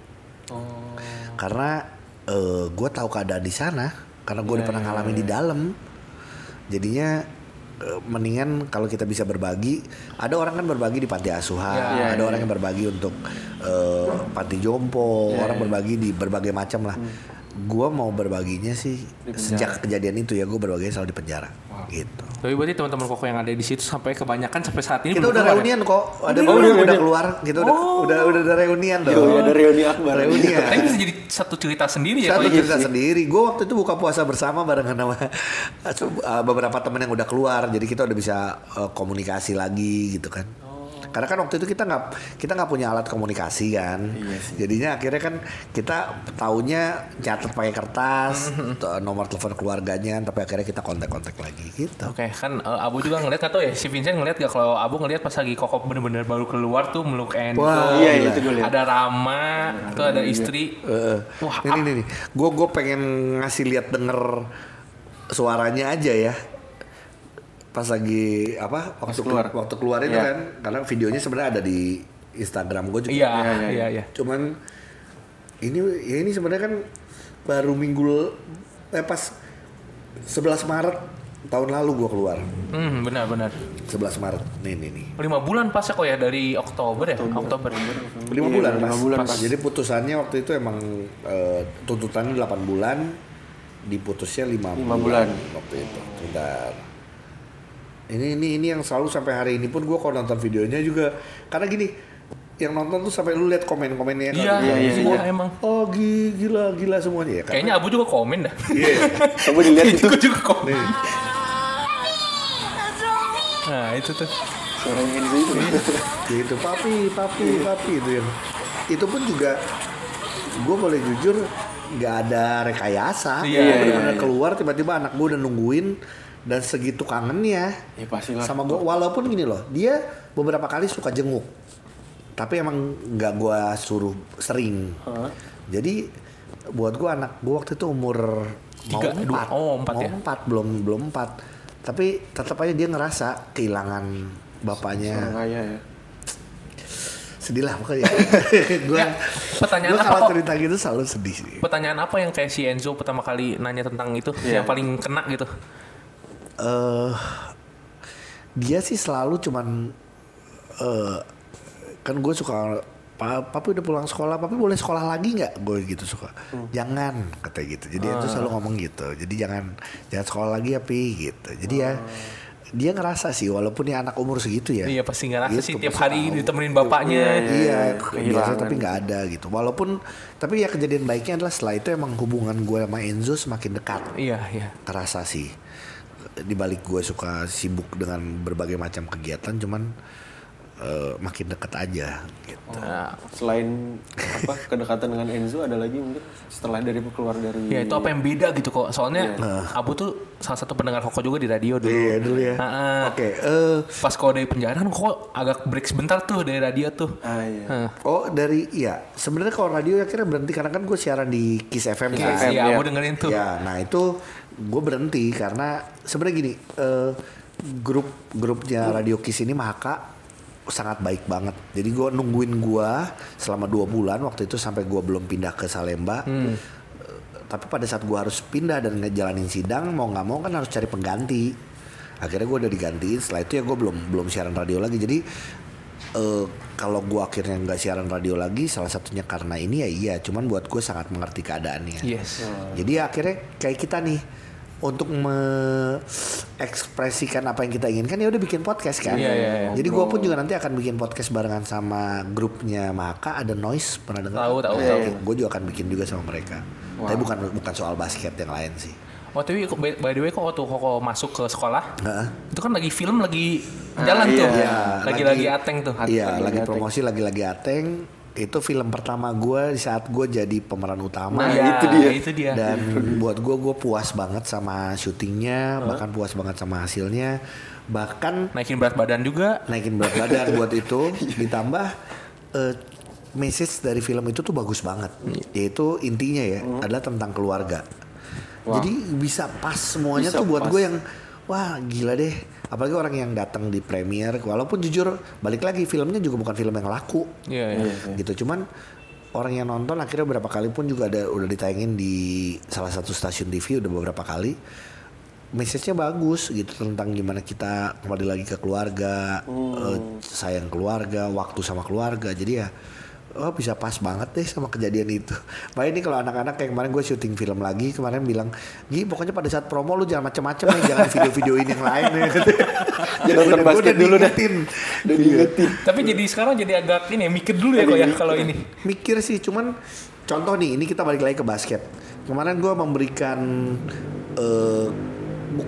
Karena eh, gue tahu keadaan di sana, karena gue udah pernah ngalamin di dalam. Jadinya eh, mendingan kalau kita bisa berbagi. Ada orang kan berbagi di panti asuhan, Ya, ada ya, orang ya. yang berbagi untuk eh, panti jompo, Ya, orang ya. berbagi di berbagai macam lah. Gue mau berbaginya sih penjara. sejak kejadian itu ya gue berbagi selalu di penjara, gitu. Tapi berarti teman-teman koko yang ada di situ sampai kebanyakan sampai saat ini Kita belum udah keluar ya? reunian kok, ada Udah, udah, udah, udah udah. keluar, kita udah udah udah ada reunian dong. Yo, ada reuni akbar. Reunian. Tapi bisa jadi satu cerita sendiri ya Satu kok ya? cerita sendiri. Gue waktu itu buka puasa bersama barengan sama uh, beberapa temen yang udah keluar. Jadi kita udah bisa uh, komunikasi lagi gitu kan. Karena kan waktu itu kita nggak kita nggak punya alat komunikasi kan. Iya sih. Jadinya akhirnya kan kita taunya catat pakai kertas, t- nomor telepon keluarganya, tapi akhirnya kita kontak-kontak lagi gitu. Oke, kan uh, Abu juga ngeliat atau ya si Vincent ngeliat gak kalau Abu ngeliat pas lagi Koko bener-bener baru keluar tuh meluk Enzo. Wah, iya, iya, itu gue lihat. Ada Rama, tuh ada istri. Uh, Wah, ini nih nih, gue gue pengen ngasih lihat denger suaranya aja ya. Pas lagi apa waktu Pas keluar. waktu keluar itu Iya. kan, karena videonya sebenarnya ada di Instagram gue juga. Iya, Iya, iya, iya, iya. Cuman ini ya ini sebenarnya kan baru minggu eh pas sebelas Maret tahun lalu gue keluar. Hmm, benar-benar. sebelas Maret nih nih nih. Lima bulan pas ya kok ya dari Oktober ya? Oktober. lima Iya, bulan lima pas. bulan Pas. pas. Jadi putusannya waktu itu emang eh, tuntutannya delapan bulan, diputusnya lima Lima bulan, bulan. waktu itu. Bentar. Ini ini ini yang selalu sampai hari ini pun gue kalau nonton videonya juga karena gini yang nonton tuh sampai lu lihat komen-komennya kan. Iya, iya, iya, semua iya. emang. Oh gi- gila gila semuanya ya. Kayaknya Abu juga komen dah. Iya. Coba dilihat itu. Gue juga komen. Nih. Nah itu tuh. Suaranya Enzo itu. Gitu papi papi papi itu yang itu pun juga gue boleh jujur nggak ada rekayasa. Iya, Gua iya, bener-bener iya. keluar tiba-tiba anak gue udah nungguin dan segitu kangennya Ya pastilah. sama gue walaupun gini loh dia beberapa kali suka jenguk tapi emang nggak gue suruh sering. Hah? Jadi buat gue anak gue waktu itu umur mau Tiga, dua, empat, oh, empat mau ya? empat belum belum empat tapi tetap aja dia ngerasa kehilangan bapaknya. Orang kaya ya. Sedih lah pokoknya. gue Ya, pertanyaan gue apa kalau kok? cerita gitu selalu sedih sih. Pertanyaan apa yang kayak si Enzo pertama kali nanya tentang itu Iya. yang paling kena gitu? Eh dia sih selalu cuman eh kan gue suka "Pa- papi udah pulang sekolah, papi boleh sekolah lagi nggak? Gue gitu suka. Jangan katanya gitu. Jadi itu selalu ngomong gitu. Jadi jangan jangan sekolah lagi ya pi gitu. Jadi ya dia ngerasa sih walaupun dia anak umur segitu ya. Iya pasti ngerasa Gitu, sih tiap pasti hari tahu. ditemenin bapaknya. Iya, Kehilangan. biasa tapi nggak ada gitu. Walaupun tapi ya kejadian baiknya adalah setelah itu emang hubungan gue sama Enzo semakin dekat. Iya, iya. Terasa sih. Di balik gue suka sibuk dengan berbagai macam kegiatan, cuman eh, makin dekat aja gitu. Nah, Selain apa kedekatan dengan Enzo ada lagi mungkin setelah dari keluar dari. ya itu apa yang beda gitu kok. Soalnya Abu tuh salah satu pendengar Koko juga di radio dulu. Iya dulu ya. Heeh. Oke. eh, Pas kau dari penjara kan Koko agak break sebentar tuh dari radio tuh. Ah iya. Heeh. oh dari iya. Sebenarnya kalau radio akhirnya berhenti karena kan gue siaran di Kiss F M kan. F M, Iya, ya. Abu dengerin tuh. Ya, nah itu gue berhenti karena sebenarnya gini, eh, grup grupnya Radio Kiss ini Mahaka sangat baik banget. Jadi gue nungguin gue selama dua bulan waktu itu sampai gue belum pindah ke Salemba. Eh, tapi pada saat gue harus pindah dan ngejalanin sidang mau nggak mau kan harus cari pengganti. Akhirnya gue udah digantiin. Setelah itu ya gue belum belum siaran radio lagi. Jadi eh, kalau gue akhirnya nggak siaran radio lagi, salah satunya karena ini ya iya. Cuman buat gue sangat mengerti keadaannya. Yes. Jadi akhirnya kayak kita nih untuk mengekspresikan apa yang kita inginkan ya udah bikin podcast kan. Iya, iya, iya. Jadi gue pun juga nanti akan bikin podcast barengan sama grupnya Mahaka, ada Noise, pernah dengar? Tahu, tahu, Nah, tahu. Gue juga akan bikin juga sama mereka. Tapi bukan bukan soal basket yang lain sih. Oh tapi by by the way kok waktu Koko masuk ke sekolah Heeh. itu kan lagi film lagi jalan iya. tuh. Iya, Lagi-lagi lagi- ateng tuh. Iya, Lagi lagi Ateng. promosi lagi-lagi Ateng. Itu film pertama gue di saat gue jadi pemeran utama. Nah, Iya, itu dia. Itu dia. Dan buat gue gue puas banget sama syutingnya, bahkan puas banget sama hasilnya, bahkan Naikin berat badan juga. naikin berat badan buat itu. Ditambah eh, message dari film itu tuh bagus banget, yaitu intinya ya adalah tentang keluarga. Wah. Jadi bisa pas semuanya Bisa tuh buat pas. gue yang wah gila deh. Apalagi orang yang datang di premiere, walaupun jujur balik lagi filmnya juga bukan film yang laku. Iya, iya. Gitu cuman orang yang nonton akhirnya beberapa kali pun juga ada udah ditayangin di salah satu stasiun T V udah beberapa kali. Message-nya bagus gitu tentang gimana kita kembali lagi ke keluarga, eh, sayang keluarga, waktu sama keluarga. Jadi ya oh bisa pas banget deh sama kejadian itu. Makanya ini kalau anak-anak kayak kemarin gue syuting film lagi kemarin bilang, Gi pokoknya pada saat promo lu jangan macem-macem ya, jangan video-videoin yang lain ya. Jangan nonton Gua basket udah dulu dah. diingetin. Udah diingetin. Tapi jadi sekarang jadi agak ini ya, mikir dulu ya kok ya kalau ini. Mikir sih, cuman contoh nih, ini kita balik lagi ke basket. Kemarin gue memberikan eh, bu-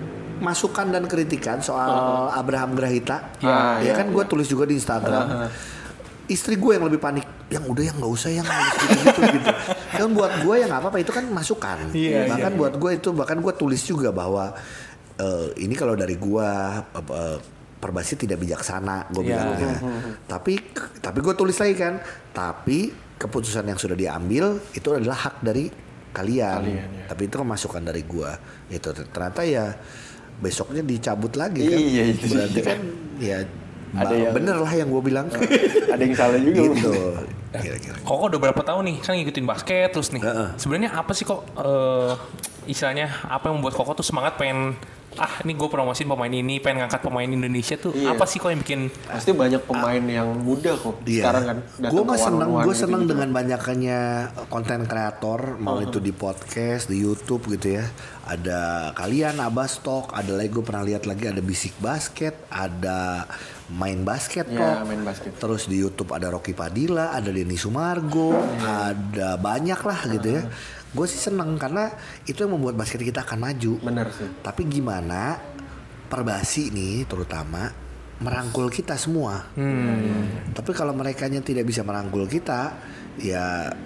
masukan dan kritikan soal uh. Abraham Grahita. Ya, ya, ya kan gue ya. tulis juga di Instagram. Uh. Istri gue yang lebih panik, yang udah yang nggak usah yang gitu gitu gitu. Dan buat gue yang nggak apa-apa itu kan masukan. Yeah, bahkan yeah, buat yeah. gue itu bahkan gue tulis juga bahwa uh, ini kalau dari gue uh, Perbasi tidak bijaksana gue yeah. bilangnya. tapi tapi gue tulis lagi kan. Tapi keputusan yang sudah diambil itu adalah hak dari kalian. kalian ya. Tapi itu kan masukan dari gue. Itu ternyata ya besoknya dicabut lagi kan. Iya, itu berarti iya. kan ya. Ada Ba- yang bener lah yang gue bilang. Ada yang salah juga gitu. Kira-kira. Kok udah berapa tahun nih kan ngikutin basket terus nih. Uh-uh. Sebenarnya apa sih kok uh, istilahnya apa yang membuat Koko tuh semangat pengen ah ini gue promosiin pemain ini, pengen ngangkat pemain Indonesia tuh. Iya. Apa sih kok yang bikin? Pasti banyak pemain yang muda kok Iya. sekarang kan. Gue mah seneng, gue seneng gitu. dengan banyaknya konten kreator, mau uh-huh. itu di podcast, di YouTube gitu ya. Ada kalian, Abastok, ada lagi gue pernah lihat lagi ada Bisik Basket, ada main basket ya, kok. Main basket. Terus di YouTube ada Rocky Padilla, ada Denny Sumargo, uh-huh. ada banyak lah gitu uh-huh. ya. Gue sih seneng karena itu yang membuat basket kita akan maju. Bener sih. Tapi gimana Perbasi nih terutama merangkul kita semua. Hmm. Tapi kalau merekanya tidak bisa merangkul kita, ya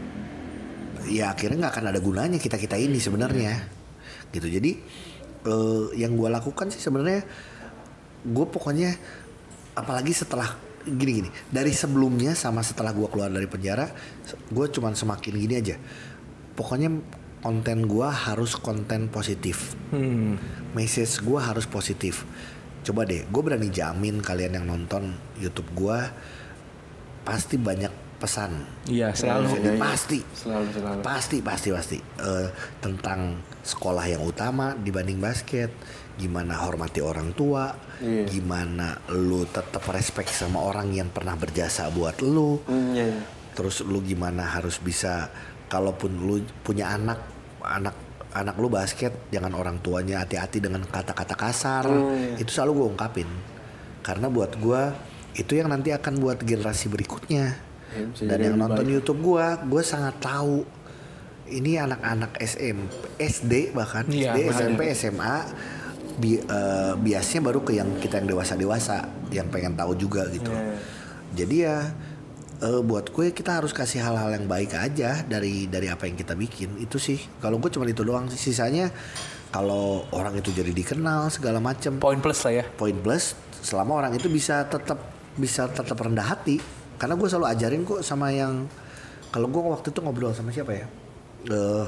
ya akhirnya nggak akan ada gunanya kita kita ini sebenarnya. Gitu. Jadi eh, yang gue lakukan sih sebenarnya gue pokoknya apalagi setelah gini-gini dari sebelumnya sama setelah gue keluar dari penjara, gue cuman semakin gini aja. Pokoknya konten gue harus konten positif, hmm. message gue harus positif. Coba deh, gue berani jamin kalian yang nonton YouTube gue pasti banyak pesan. Iya selalu. Jadi pasti, selalu, selalu. pasti, pasti, pasti uh, tentang sekolah yang utama dibanding basket. Gimana hormati orang tua, yeah. gimana lu tetap respect sama orang yang pernah berjasa buat lu. Mm, yeah, yeah. Terus lu gimana harus bisa kalaupun lu punya anak, anak anak lu basket, jangan orang tuanya hati-hati dengan kata-kata kasar. Hmm. Itu selalu gue ungkapin. Karena buat gue itu yang nanti akan buat generasi berikutnya. Ya, dan yang nonton baik. YouTube gue, gue sangat tahu ini anak-anak S M P, S D bahkan ya, S D, S M P, S M A bi, uh, biasanya baru ke yang kita yang dewasa-dewasa yang pengen tahu juga gitu. Ya. Jadi ya Uh, buat gue kita harus kasih hal-hal yang baik aja dari dari apa yang kita bikin itu sih. Kalau gue cuma itu doang sih. Sisanya kalau orang itu jadi dikenal segala macem. Poin plus lah ya. Poin plus selama orang itu bisa tetap bisa tetap rendah hati. Karena gue selalu ajarin kok sama yang kalau gue waktu itu ngobrol sama siapa ya? Uh,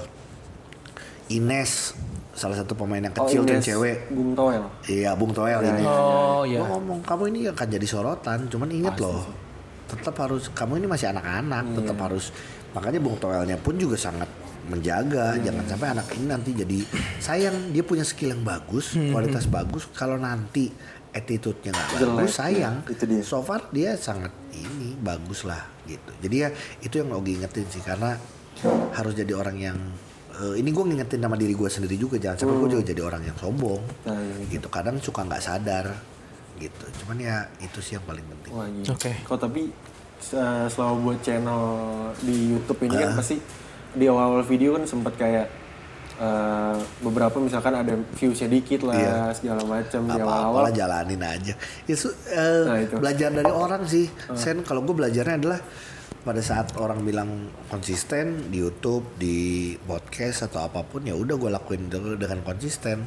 Ines, salah satu pemain yang kecil oh, dan cewek. Bung Toel. Iya Bung Toel ini. Oh iya. Gue ngomong kamu ini akan jadi sorotan. Cuman inget Pasti. loh. Tetap harus, kamu ini masih anak-anak, hmm. tetap harus, makanya Bung Toelnya pun juga sangat menjaga, hmm. jangan sampai anak ini nanti jadi, sayang dia punya skill yang bagus, hmm. kualitas bagus, kalau nanti attitude-nya gak bagus, sayang, ya, so far dia sangat ini, bagus lah gitu. Jadi ya itu yang Ogi ingetin sih, karena harus jadi orang yang, uh, ini gue ngingetin nama diri gue sendiri juga, jangan sampai hmm. gue juga jadi orang yang sombong, nah, iya. gitu, kadang suka gak sadar. Gitu, cuman ya itu sih yang paling penting. Oke. Okay. Kok tapi uh, selama buat channel di YouTube ini uh. kan pasti di awal-awal video kan sempat kayak uh, beberapa misalkan ada viewsnya dikit lah iya. segala macam di awal-awal. Apa-apalah jalanin aja. Ya, uh, nah, belajar dari orang sih. Uh. Sen kalau gue belajarnya adalah pada saat orang bilang konsisten di YouTube, di podcast atau apapun ya udah gue lakuin dengan konsisten.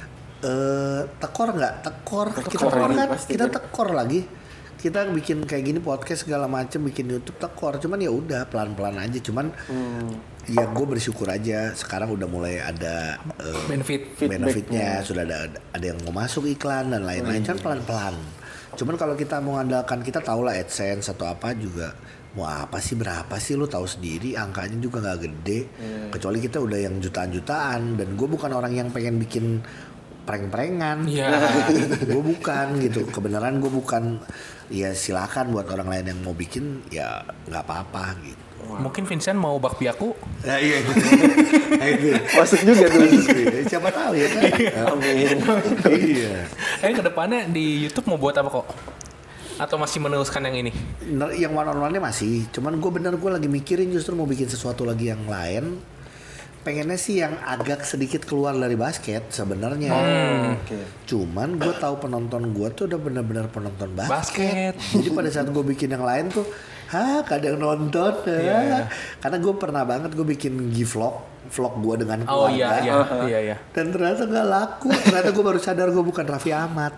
Uh, tekor nggak tekor, tekor kita tekor kan kita tekor lagi kita bikin kayak gini podcast segala macem bikin YouTube tekor cuman ya udah pelan-pelan aja cuman hmm. ya gue bersyukur aja sekarang udah mulai ada uh, benefit benefitnya sudah ada ada yang mau masuk iklan dan lain-lain hmm. kan pelan-pelan cuman kalau kita mau andalkan kita tahu lah AdSense atau apa juga mau apa sih berapa sih lu tahu sendiri angkanya juga nggak gede hmm. kecuali kita udah yang jutaan-jutaan dan gue bukan orang yang pengen bikin prank-prankan, yeah. gue bukan gitu, kebenaran gue bukan, ya silakan buat orang lain yang mau bikin, ya nggak apa-apa gitu. Wow. Mungkin Vincent mau bakpi aku? Nah, iya gitu. Nah, itu. Masuk juga tuh. Siapa tahu ya kan? Amin. Iya. Eh kedepannya di YouTube mau buat apa kok? Atau masih meneruskan yang ini? Yang one on one-nya masih, cuman gue bener gue lagi mikirin justru mau bikin sesuatu lagi yang lain. pengennya sih yang agak sedikit keluar dari basket sebenarnya. Hmm. Oke. Cuman gue tahu penonton gue tuh udah benar-benar penonton basket. Basket. Jadi pada saat gue bikin yang lain tuh, hah kadang nonton. Iya. Karena gue pernah banget gue bikin vlog, vlog gue dengan Oh keluarga. iya iya iya iya. Dan ternyata nggak laku. Ternyata gue baru sadar gue bukan Raffi Ahmad.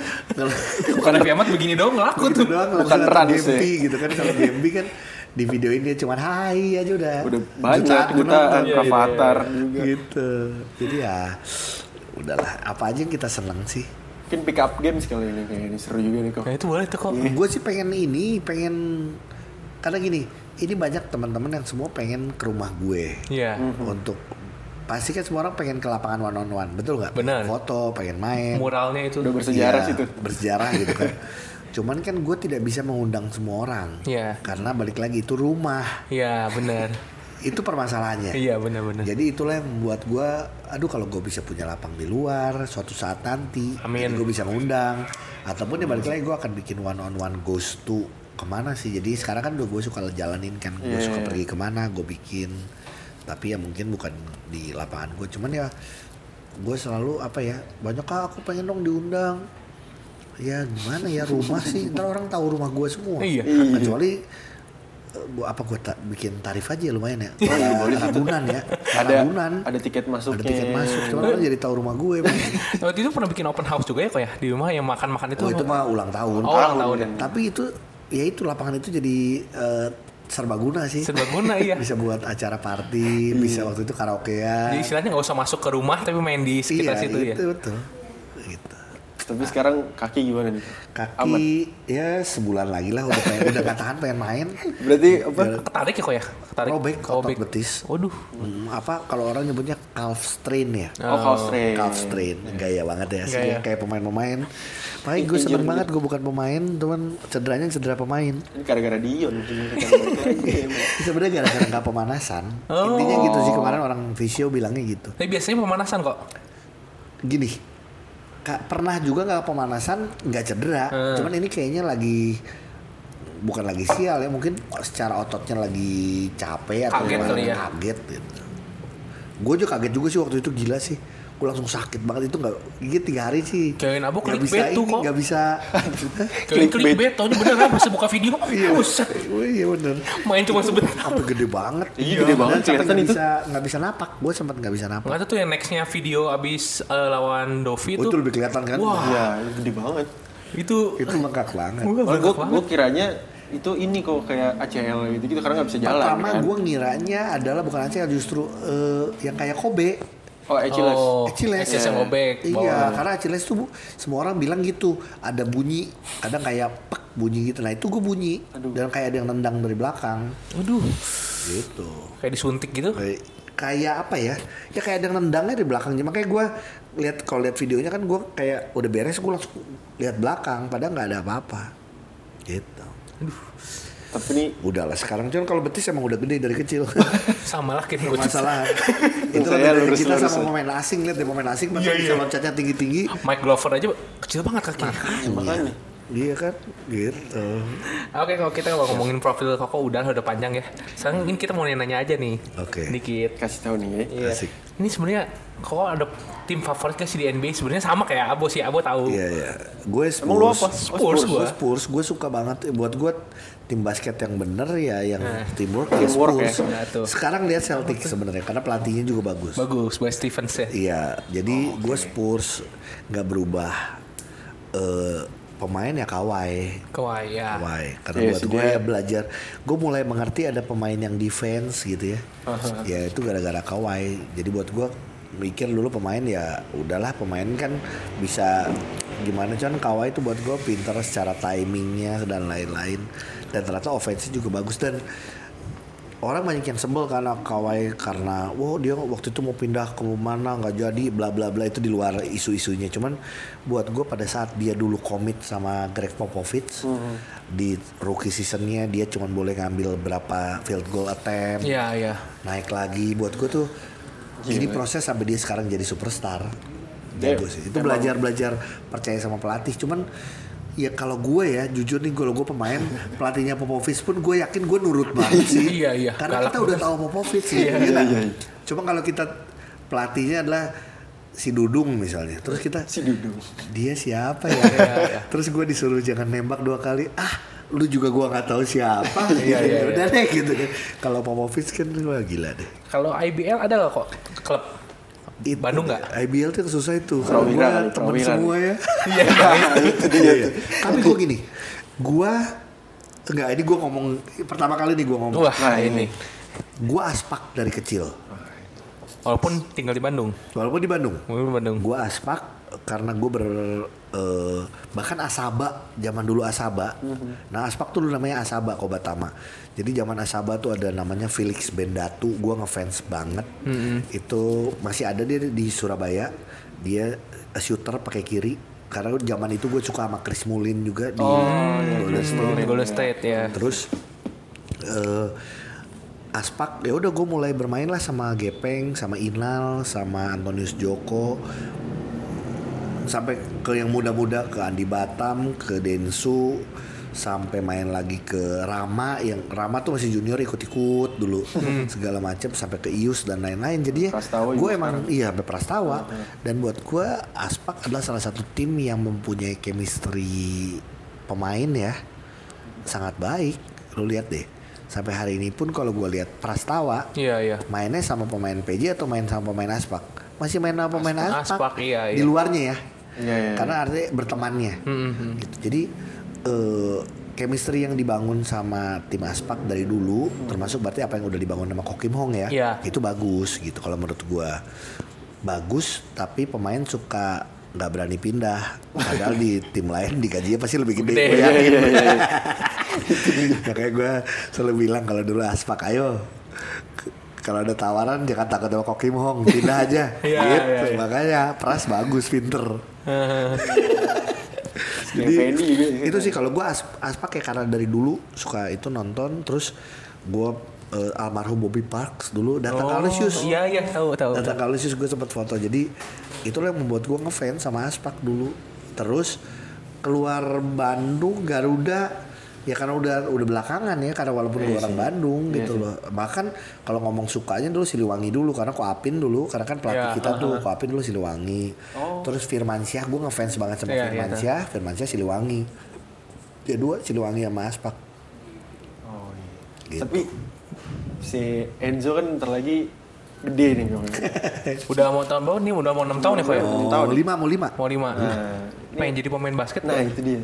Bukan Raffi Ahmad begini doang laku Begitu tuh. doang. Bukan Langsung peran ada sih. Gempi gitu kan. Kalau Gempi kan di videoin dia cuman hai aja udah. Udah banyak jutaan jutaan penonton. Iya, iya, avatar iya. juga. Gitu. Jadi ya udahlah. Apa aja yang kita seneng sih. Mungkin pick up games kali ini kayak ini seru juga nih kok. Nah itu boleh tuh kok. Gue sih pengen ini, pengen karena gini, ini banyak teman-teman yang semua pengen ke rumah gue Iya. untuk pasti kan semua orang pengen ke lapangan one on one, betul nggak? Benar. Foto, pengen main. Muralnya itu. Udah bersejarah Iya, sih tuh. bersejarah gitu kan. Cuman kan gue tidak bisa mengundang semua orang. Iya. Karena balik lagi itu rumah, Iya benar. itu permasalahannya. Iya benar-benar. Jadi itulah yang membuat gue, aduh kalau gue bisa punya lapang di luar suatu saat nanti, Amin. gue bisa ngundang. Ataupun ya balik lagi gue akan bikin one on one goes to kemana sih. Jadi sekarang kan udah gue suka jalanin kan, gue Yeah. suka pergi kemana, gue bikin. Tapi ya mungkin bukan di lapangan gue, cuman ya gue selalu apa ya, banyak kah aku pengen dong diundang. Ya gimana ya rumah sih, ntar orang tahu rumah gue semua. Iya. Kecuali eh, gua apa gue ta- bikin tarif aja ya lumayan ya. Ada ragunan ya. Ada Ragunan. ada tiket masuknya. Ada tiket masuk. Cuma orang jadi tahu rumah gue. Bang. Waktu itu pernah bikin open house juga ya kok ya di rumah yang makan-makan itu. Oh itu mah ulang tahun. Oh, ulang tahun. Tapi itu ya itu lapangan itu jadi eh, serbaguna sih. Serbaguna iya. Bisa buat acara party, bisa waktu itu karaokean. Jadi istilahnya nggak usah masuk ke rumah tapi main di sekitar iya, situ ya. itu betul. Gitu. Tapi sekarang kaki gimana nih? Kaki Aman. ya sebulan lagi lah udah pengen, udah gak tahan pengen main. Berarti apa? Ketarik ya kok ya? Ketarik. Robek otot betis. Waduh. Hmm, apa kalau orang nyebutnya calf strain ya? Oh, calf strain. Calf strain, gaya banget ya sih Gaya. kayak pemain-pemain. Makanya gue seneng Injury. banget gue bukan pemain, cuman cederanya cedera pemain. Ini gara-gara Dion. Sebenarnya gara-gara nggak pemanasan. Oh. Intinya gitu sih kemarin orang visio bilangnya gitu. Tapi biasanya pemanasan kok. Gini, Kak, pernah juga nggak pemanasan nggak cedera, Hmm. cuman ini kayaknya lagi bukan lagi sial ya, mungkin secara ototnya lagi capek atau Kaget gimana, kali ya. kaget gitu. Gue juga kaget juga sih waktu itu, gila sih. Gue langsung sakit banget itu, nggak gigit tiga hari sih. Kirain Abu Nggak clickbait bisa tuh ini, kok. nggak bisa. Kalian clickbait tau beneran pas buka video. Iya, Buset. oh, iya bener. Main cuma sebentar. Sampai gede banget. Iya, gede banget, Dan sampai kelihatan nggak itu. bisa nggak bisa napak. Gue sempat nggak bisa napak. Nggak tahu tuh yang nextnya video abis eh, lawan Dovi Oh, tuh. itu lebih kelihatan kan? Wah. Iya, itu gede banget. Itu Itu mengkak banget. Wah, Oh, bengkak gue banget. gue kiranya itu ini kok kayak A C L gitu gitu karena nggak bisa jalan Pertama kan. gue ngiranya adalah bukan Aceh, justru eh, yang kayak Kobe. Oh, Achilles. Oh, Achilles. Achilles yang ngobek. Iya, karena Achilles tuh bu- semua orang bilang gitu, ada bunyi, kadang kayak pek bunyi gitu. Nah itu gue bunyi, dan kayak ada yang nendang dari belakang, Aduh. gitu. Kayak disuntik gitu. Kayak, kayak apa ya? Ya kayak ada yang nendangnya di belakangnya. Makanya gue lihat kalau lihat videonya kan gue kayak udah beres, gue langsung lihat belakang, padahal nggak ada apa-apa, gitu. Tapi ini Udahlah sekarang, cuman kalau betis emang udah gede dari kecil. Sama lah kayak gue. Masalah itu Saya kan dari lurus- kita lurus. sama pemain asing, lihat deh pemain asing masih Iya, bisa iya. loncatnya tinggi-tinggi. Mike Glover aja kecil banget kakinya. makanya. Iya kan, gitu. Oke, kalau kita kalau ngomongin profil Koko udah udah panjang ya. Sekarang mungkin kita mau nanya aja nih. Oke. Dikit. Kasih tahu nih ya. Iya. Asik. Ini sebenarnya Koko ada tim favorit gak sih di N B A? Sebenarnya sama kayak Abo sih, Abo tahu. Iya iya. Gue Spurs. Emang lu apa? Oh, Spurs Gue gua. Spurs. Gue suka banget. Buat gue tim basket yang bener ya, yang Nah. teamwork ya Teamwork Spurs. ya. Nah, tuh. Sekarang lihat Celtics sebenarnya karena pelatihnya juga bagus. Bagus, buat Stevens ya. Iya. Jadi gue Spurs nggak berubah. Eh, pemain ya Kawhi. Kawhi ya. Kawhi. Karena Iya buat sih, gue dia- ya belajar. Gue mulai mengerti ada pemain yang defense gitu ya. Ya itu gara-gara Kawhi. Jadi buat gue mikir dulu pemain ya udahlah, pemain kan bisa gimana, cuman Kawhi itu buat gue pintar secara timingnya dan lain-lain, dan ternyata offense juga bagus. Dan orang banyak yang sebel karena Kawhi karena wow dia waktu itu mau pindah ke mana nggak jadi bla bla bla, itu di luar isu-isunya. Cuman buat gue pada saat dia dulu komit sama Greg Popovich di rookie seasonnya, dia cuma boleh ngambil berapa field goal attempt, Iya, iya. naik lagi. Buat gue tuh ini proses sampai dia sekarang jadi superstar. Jago Dia sih. Itu emang- belajar-belajar percaya sama pelatih. Cuman Ya kalau gue ya jujur nih kalau gue pemain pelatihnya Popovich pun gue yakin gue nurut banget sih. Iya iya. Karena kita udah tahu Popovich sih. Iya, Kita, iya, iya. Cuma kalau kita pelatihnya adalah si Dudung misalnya, terus kita Si Dudung. dia siapa ya? Iya, iya. Terus gue disuruh jangan nembak dua kali. Ah, lu juga gue nggak tahu siapa. Iya, iya, iya. Udah deh gitu kan. Kalau Popovich kan gue gila deh. Kalau I B L ada nggak kok klub It, Bandung nggak? I B L tuh susah itu. Kalau gue Prawira, temen Prawira. semua ya. Iya. Itu dia tuh. Tapi gue gini, gue enggak ini gue ngomong pertama kali nih gue ngomong. Wah Nah, ini. Gue aspak dari kecil. Walaupun tinggal di Bandung. Walaupun di Bandung. Walaupun di Bandung. Gue aspak karena gue ber eh, bahkan Asaba zaman dulu Asaba. Nah aspak tuh dulu namanya Asaba Kobatama. Jadi zaman Asaba tuh ada namanya Felix Bendatu. Gue ngefans banget. Itu masih ada dia di Surabaya. Dia shooter pakai kiri. Karena zaman itu gue suka sama Chris Mullin juga di Golden State. Golden State ya. Terus eh aspak ya udah gue mulai bermain lah sama Gepeng, sama Inal, sama Antonius Joko, sampai ke yang muda-muda, ke Andi Batam, ke Densu, sampai main lagi ke Rama. Yang Rama tuh masih junior ikut-ikut dulu segala macam, sampai ke Ius dan lain-lain. Jadi Prastawa gue juga emang iya sampai Prastawa. Dan buat gue aspak adalah salah satu tim yang mempunyai chemistry pemain ya sangat baik. Lu lihat deh, sampai hari ini pun kalau gue lihat Prastawa Iya iya. mainnya sama pemain P J atau main sama pemain aspak, masih main sama pemain aspak, Aspak, iya, di iya. luarnya ya. Iya, iya. Karena artinya bertemannya. Mm-hmm. Gitu. Jadi eh, chemistry yang dibangun sama tim aspak dari dulu, termasuk berarti apa yang udah dibangun sama Ko Kim Hong ya, Iya. itu bagus gitu kalau menurut gua. Bagus, tapi pemain suka nggak berani pindah. Padahal di tim lain digajinya pasti lebih gede. Gede. Gua Iya, yakin. iya, iya. Makanya gue selalu bilang kalau dulu aspak ayo k- kalau ada tawaran jangan takut sama Ko Kim Hong, pindah aja. Iya, Gitu. iya, iya. Makanya Pras bagus, pinter. Jadi Fendi juga ya. itu sih kalau gue as, aspak ya karena dari dulu suka itu nonton. Terus gue eh, almarhum Bobby Parks dulu datang ke Alisius. Iya iya tahu tahu. Datang ke Alisius gue sempat foto. Jadi itulah yang membuat gue ngefans sama aspak dulu. Terus keluar Bandung, Garuda ya karena udah udah belakangan ya, karena walaupun gue orang Bandung gitu loh. Bahkan kalau ngomong sukanya dulu Siliwangi dulu karena Ko Apin dulu, karena kan pelatih Ya, kita tuh Ko Apin dulu Siliwangi. Terus Firmansyah, gue ngefans banget sama Iya, iya, Firmansyah, Firmansyah Siliwangi. Ya dua Siliwangi sama aspak. Oh, iya. Gitu. Tapi si Enzo kan bentar lagi gede nih kayaknya. Udah mau tahun berapa nih? Udah mau enam tahun ya kok ya? Oh, tahun. mau lima, mau lima. Mau lima. Nah, Pengen jadi pemain basket Nah, tuh. itu dia.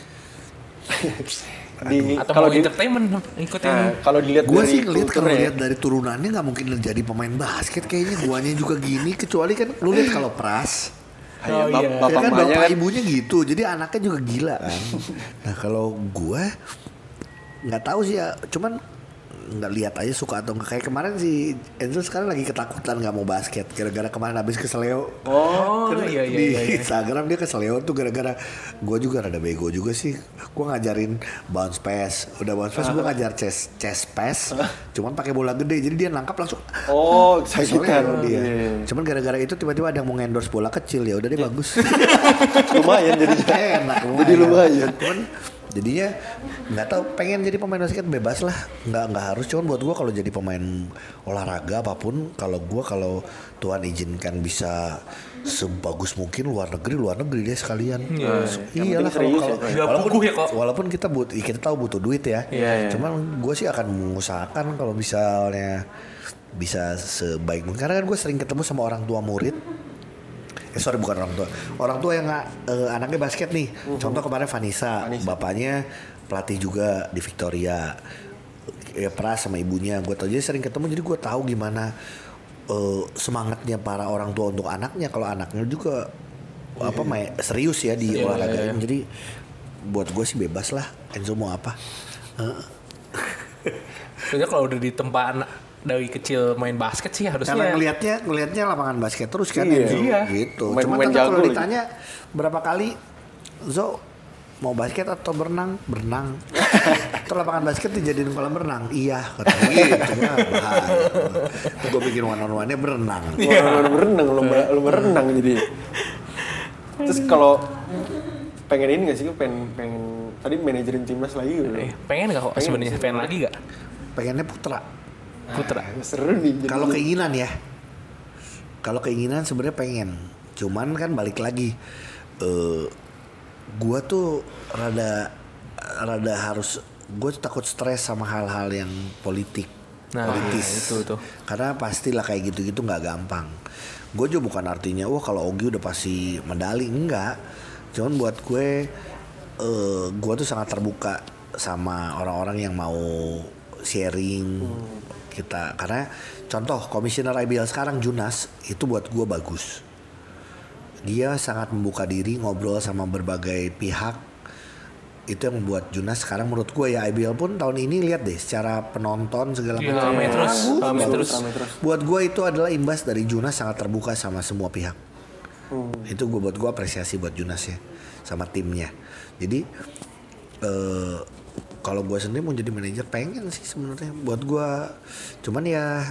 Di, Atau kalau mau di, entertainment ikutin. nah, kalau dilihat Gue dari sih ngeliat kalau kulturnya, lihat dari turunannya nggak mungkin jadi pemain basket kayaknya. Guanya juga gini, kecuali kan lu lihat kalau Pras. ya, Oh, bap- iya. Ya bapak kan emaknya bapak kan ibunya gitu, jadi anaknya juga gila kan. Nah kalau gue nggak tahu sih ya, cuman nggak lihat aja suka atau nggak. Kayak kemarin si Enzo sekarang lagi ketakutan nggak mau basket gara-gara kemarin habis keseleo. Oh Kan iya iya di iya. iya. Instagram dia keseleo tuh gara-gara gue juga rada bego juga sih. Gue ngajarin bounce pass, udah bounce pass gue ngajar chest chest pass, cuman pakai bola gede jadi dia nangkap langsung. oh Keseleo kesakitan dia. Iya. Cuman gara-gara itu tiba-tiba ada yang mau endorse bola kecil, ya udah deh bagus. lumayan jadi Enak Jadi lumayan. Cuman jadinya nggak tahu, pengen jadi pemain basket bebas lah, nggak nggak harus. Cuman buat gua kalau jadi pemain olahraga apapun, kalau gua kalau Tuhan izinkan bisa sebagus mungkin luar negeri luar negeri deh sekalian. Iya. Iyalah kalau Yang penting serius kalau ya, Pak. Nggak walaupun puguh ya, kok. walaupun kita but kita tahu butuh duit ya. Iya, iya. Cuman gue sih akan mengusahakan kalau misalnya bisa sebaik mungkin, karena kan gue sering ketemu sama orang tua murid. Eh sorry bukan orang tua, orang tua yang uh, anaknya basket nih. Contoh kemarin Vanessa, Vanessa. bapaknya pelatih juga di Victoria, ya Pras sama ibunya. Gue tau, jadi sering ketemu, jadi gue tahu gimana uh, semangatnya para orang tua untuk anaknya. Kalau anaknya juga apa main serius ya di Iya, olahraga iya, iya. ini. Jadi buat gue sih bebas lah, Enzo mau apa. Uh, Soalnya kalau udah ditempa anak dari kecil main basket sih harusnya. Karena ngelihatnya ngelihatnya lapangan basket terus kan Iya. Enzo, Iya. gitu. Main- Cuma main kan jago kalau lagi. ditanya berapa kali, Zo mau basket atau berenang? Berenang. Terus lapangan basket dijadiin kolam berenang? Iya, katanya gitu. Nah, bahaya. Gue bikin one on one-nya berenang. Wah, berenang lomba lomba renang jadi. Terus kalau pengen ini nggak sih? Pengen pengen tadi manajerin timnas lagi gitu. Eh, pengen nggak kok sebenarnya? Pengen lagi nggak? Pengennya Putra. Putra. Ah, seru nih. Kalau keinginan ya. Kalau keinginan sebenarnya pengen. Cuman kan balik lagi. Uh, gua tuh rada rada harus gue takut stres sama hal-hal yang politik. Nah, politis. itu tuh. Karena pastilah kayak gitu-gitu nggak gampang. Gue juga bukan artinya wah kalau Ogi udah pasti medali, enggak. Cuman buat gue, uh, gue tuh sangat terbuka sama orang-orang yang mau sharing hmm. kita. Karena contoh komisioner I B L sekarang Junas itu buat gue bagus. Dia sangat membuka diri ngobrol sama berbagai pihak. Itu yang membuat Junas sekarang menurut gue ya I B L pun tahun ini lihat deh secara penonton segala ya, macam rame terus, rame terus. Buat gue itu adalah imbas dari Junas sangat terbuka sama semua pihak. Hmm. Itu gue buat gue apresiasi buat Junas ya sama timnya. Jadi uh, kalau gue sendiri mau jadi manajer pengen sih sebenarnya buat gue. Cuman ya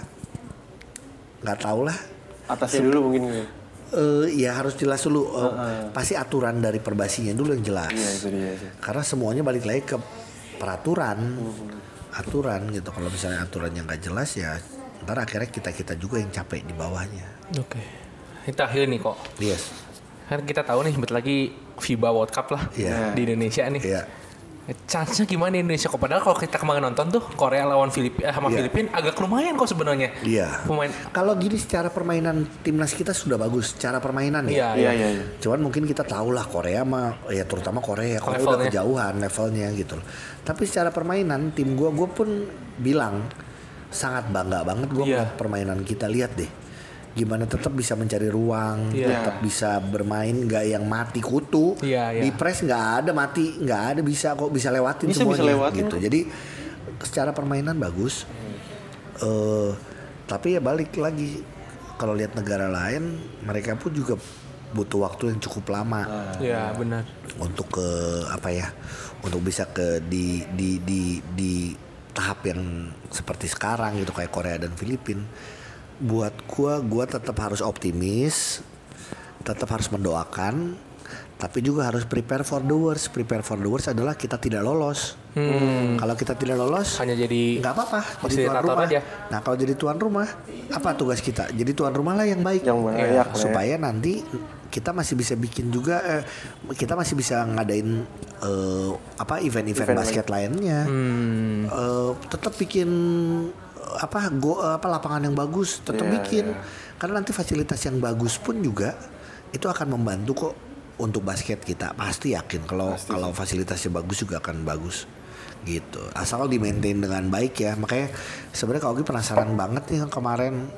nggak tau lah. Atasnya dulu mungkin gitu. Uh, ya harus jelas dulu uh, uh, uh. Pasti aturan dari perbasinya dulu yang jelas. Iya, itu dia sih. Karena semuanya balik lagi ke peraturan, uh-huh. aturan gitu. Kalau misalnya aturannya nggak jelas ya, ntar akhirnya kita kita juga yang capek di bawahnya. Oke, okay. Ini terakhir nih kok. Yes. Kan kita tahu nih bentar lagi FIBA World Cup lah yeah. di Indonesia nih. Iya. Yeah. Chance-nya gimana Indonesia kok? Padahal kalau kita kemarin nonton tuh Korea lawan Filipina sama yeah. Filipina agak lumayan kok sebenarnya. Iya. Yeah. Pemain. Kalau gini secara permainan timnas kita sudah bagus, secara permainan ya. Iya iya iya. Cuman mungkin kita tahu lah Korea mah ya terutama Korea, Korea udah kejauhan levelnya gitu. Tapi secara permainan tim gua gua pun bilang sangat bangga banget gua yeah. melihat permainan kita. Lihat deh. Gimana tetap bisa mencari ruang, yeah. tetap bisa bermain nggak yang mati kutu, yeah, yeah. di press nggak ada mati, nggak ada bisa kok bisa lewatin bisa, semuanya bisa lewatin gitu. Kok. Jadi secara permainan bagus, hmm. uh, tapi ya balik lagi kalau lihat negara lain mereka pun juga butuh waktu yang cukup lama. Iya ah. benar. Untuk ke apa ya, untuk bisa ke di di di di tahap yang seperti sekarang gitu kayak Korea dan Filipina. Buat gua, gua tetap harus optimis, tetap harus mendoakan, tapi juga harus prepare for the worst. Prepare for the worst adalah kita tidak lolos. Hmm. Kalau kita tidak lolos, hanya jadi nggak apa-apa, jadi tuan rumah. Aja. Nah kalau jadi tuan rumah, apa tugas kita? Jadi tuan rumah lah yang baik, yang ya, supaya nanti kita masih bisa bikin juga, eh, kita masih bisa ngadain eh, apa event-event event basket lain. lainnya. Hmm. Eh, tetap bikin apa go apa lapangan yang bagus tetap yeah, bikin yeah. Karena nanti fasilitas yang bagus pun juga itu akan membantu kok untuk basket kita, pasti yakin kalau kalau fasilitasnya bagus juga akan bagus gitu, asal di maintain dengan baik ya. Makanya sebenarnya kalau gue penasaran banget nih kemarin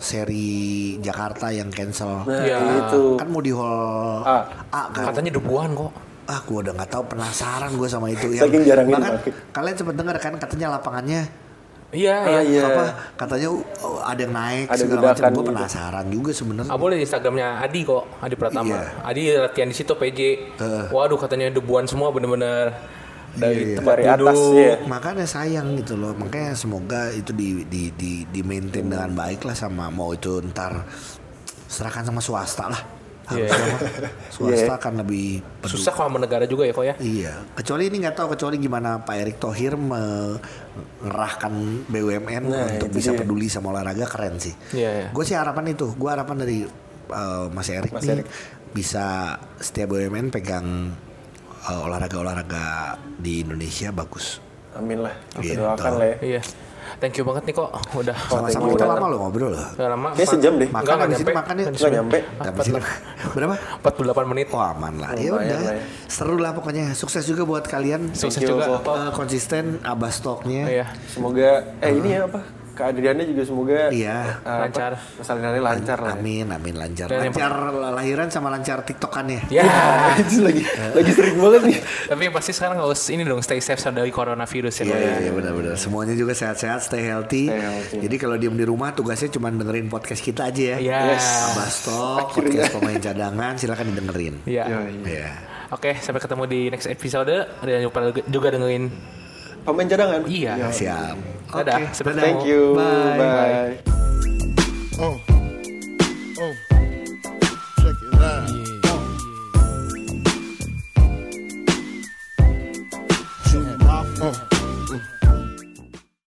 seri Jakarta yang cancel nah, ya, itu kan mau di hall A, A kan? Katanya debuan kok. Ah, gue udah nggak tahu, penasaran gue sama itu ya. Saking jarang bahkan kalian sempat dengar kan katanya lapangannya Iya, uh, iya. Apa katanya oh, ada yang naik ada segala macam. Gue gitu. penasaran juga sebenarnya. Ah boleh di Instagramnya Adi kok, Adi Pratama. Iya. Adi latihan di situ P J. Uh. Waduh katanya debuan semua bener-bener dari iya, tempat dari duduk. atas ya. Makanya sayang gitu loh. Makanya semoga itu di di di, di maintain hmm. dengan baik lah, sama mau itu ntar serahkan sama swasta lah. Yeah. Swasta yeah. akan lebih peduli. Susah kalau sama negara juga ya kok ya. Iya. Kecuali ini nggak tahu kecuali gimana Pak Erick Thohir mengerahkan B U M N nah, untuk bisa dia. peduli sama olahraga, keren sih. Yeah, yeah. Gue sih harapan itu. Gue harapan dari uh, Mas Erick Mas nih Erick. Bisa setiap B U M N pegang uh, olahraga-olahraga di Indonesia bagus. Amin lah. Gitu. Doakan lah ya. Iya. Thank you banget nih kok. Udah sama-sama kita lama loh ngobrol loh. Gak lama. Kayak sejam deh. Makan habis ini makan ya. Enggak nyampe. Berapa? empat puluh delapan menit. Oh aman lah. Ya udah. Seru lah pokoknya. Sukses juga buat kalian. Sukses juga. Uh, konsisten Abas Talk-nya. Oh, iya. Semoga eh uh. ini ya apa? Keadriannya juga semoga iya. uh, lancar. Salinannya lancar lah. Amin, amin lancar. Dan lancar yang... lahiran sama lancar TikTokannya. Ya, itu lagi lagi sering banget nih. Tapi pasti sekarang harus ini dong, stay safe dari coronavirus ya. Iya, iya, iya benar-benar. Semuanya juga sehat-sehat, stay healthy. Stay healthy. Jadi kalau diem di rumah tugasnya cuma dengerin podcast kita aja ya. Yes. Abas Talk, podcast pemain cadangan, silakan didengerin. Iya. Iya. Oke, sampai ketemu di next episode. Dan jangan lupa juga dengerin pemain cadangan. Iya. Ya, siap. Dadah. Okay. Thank you. Bye. Bye. Bye. Oh. Oh.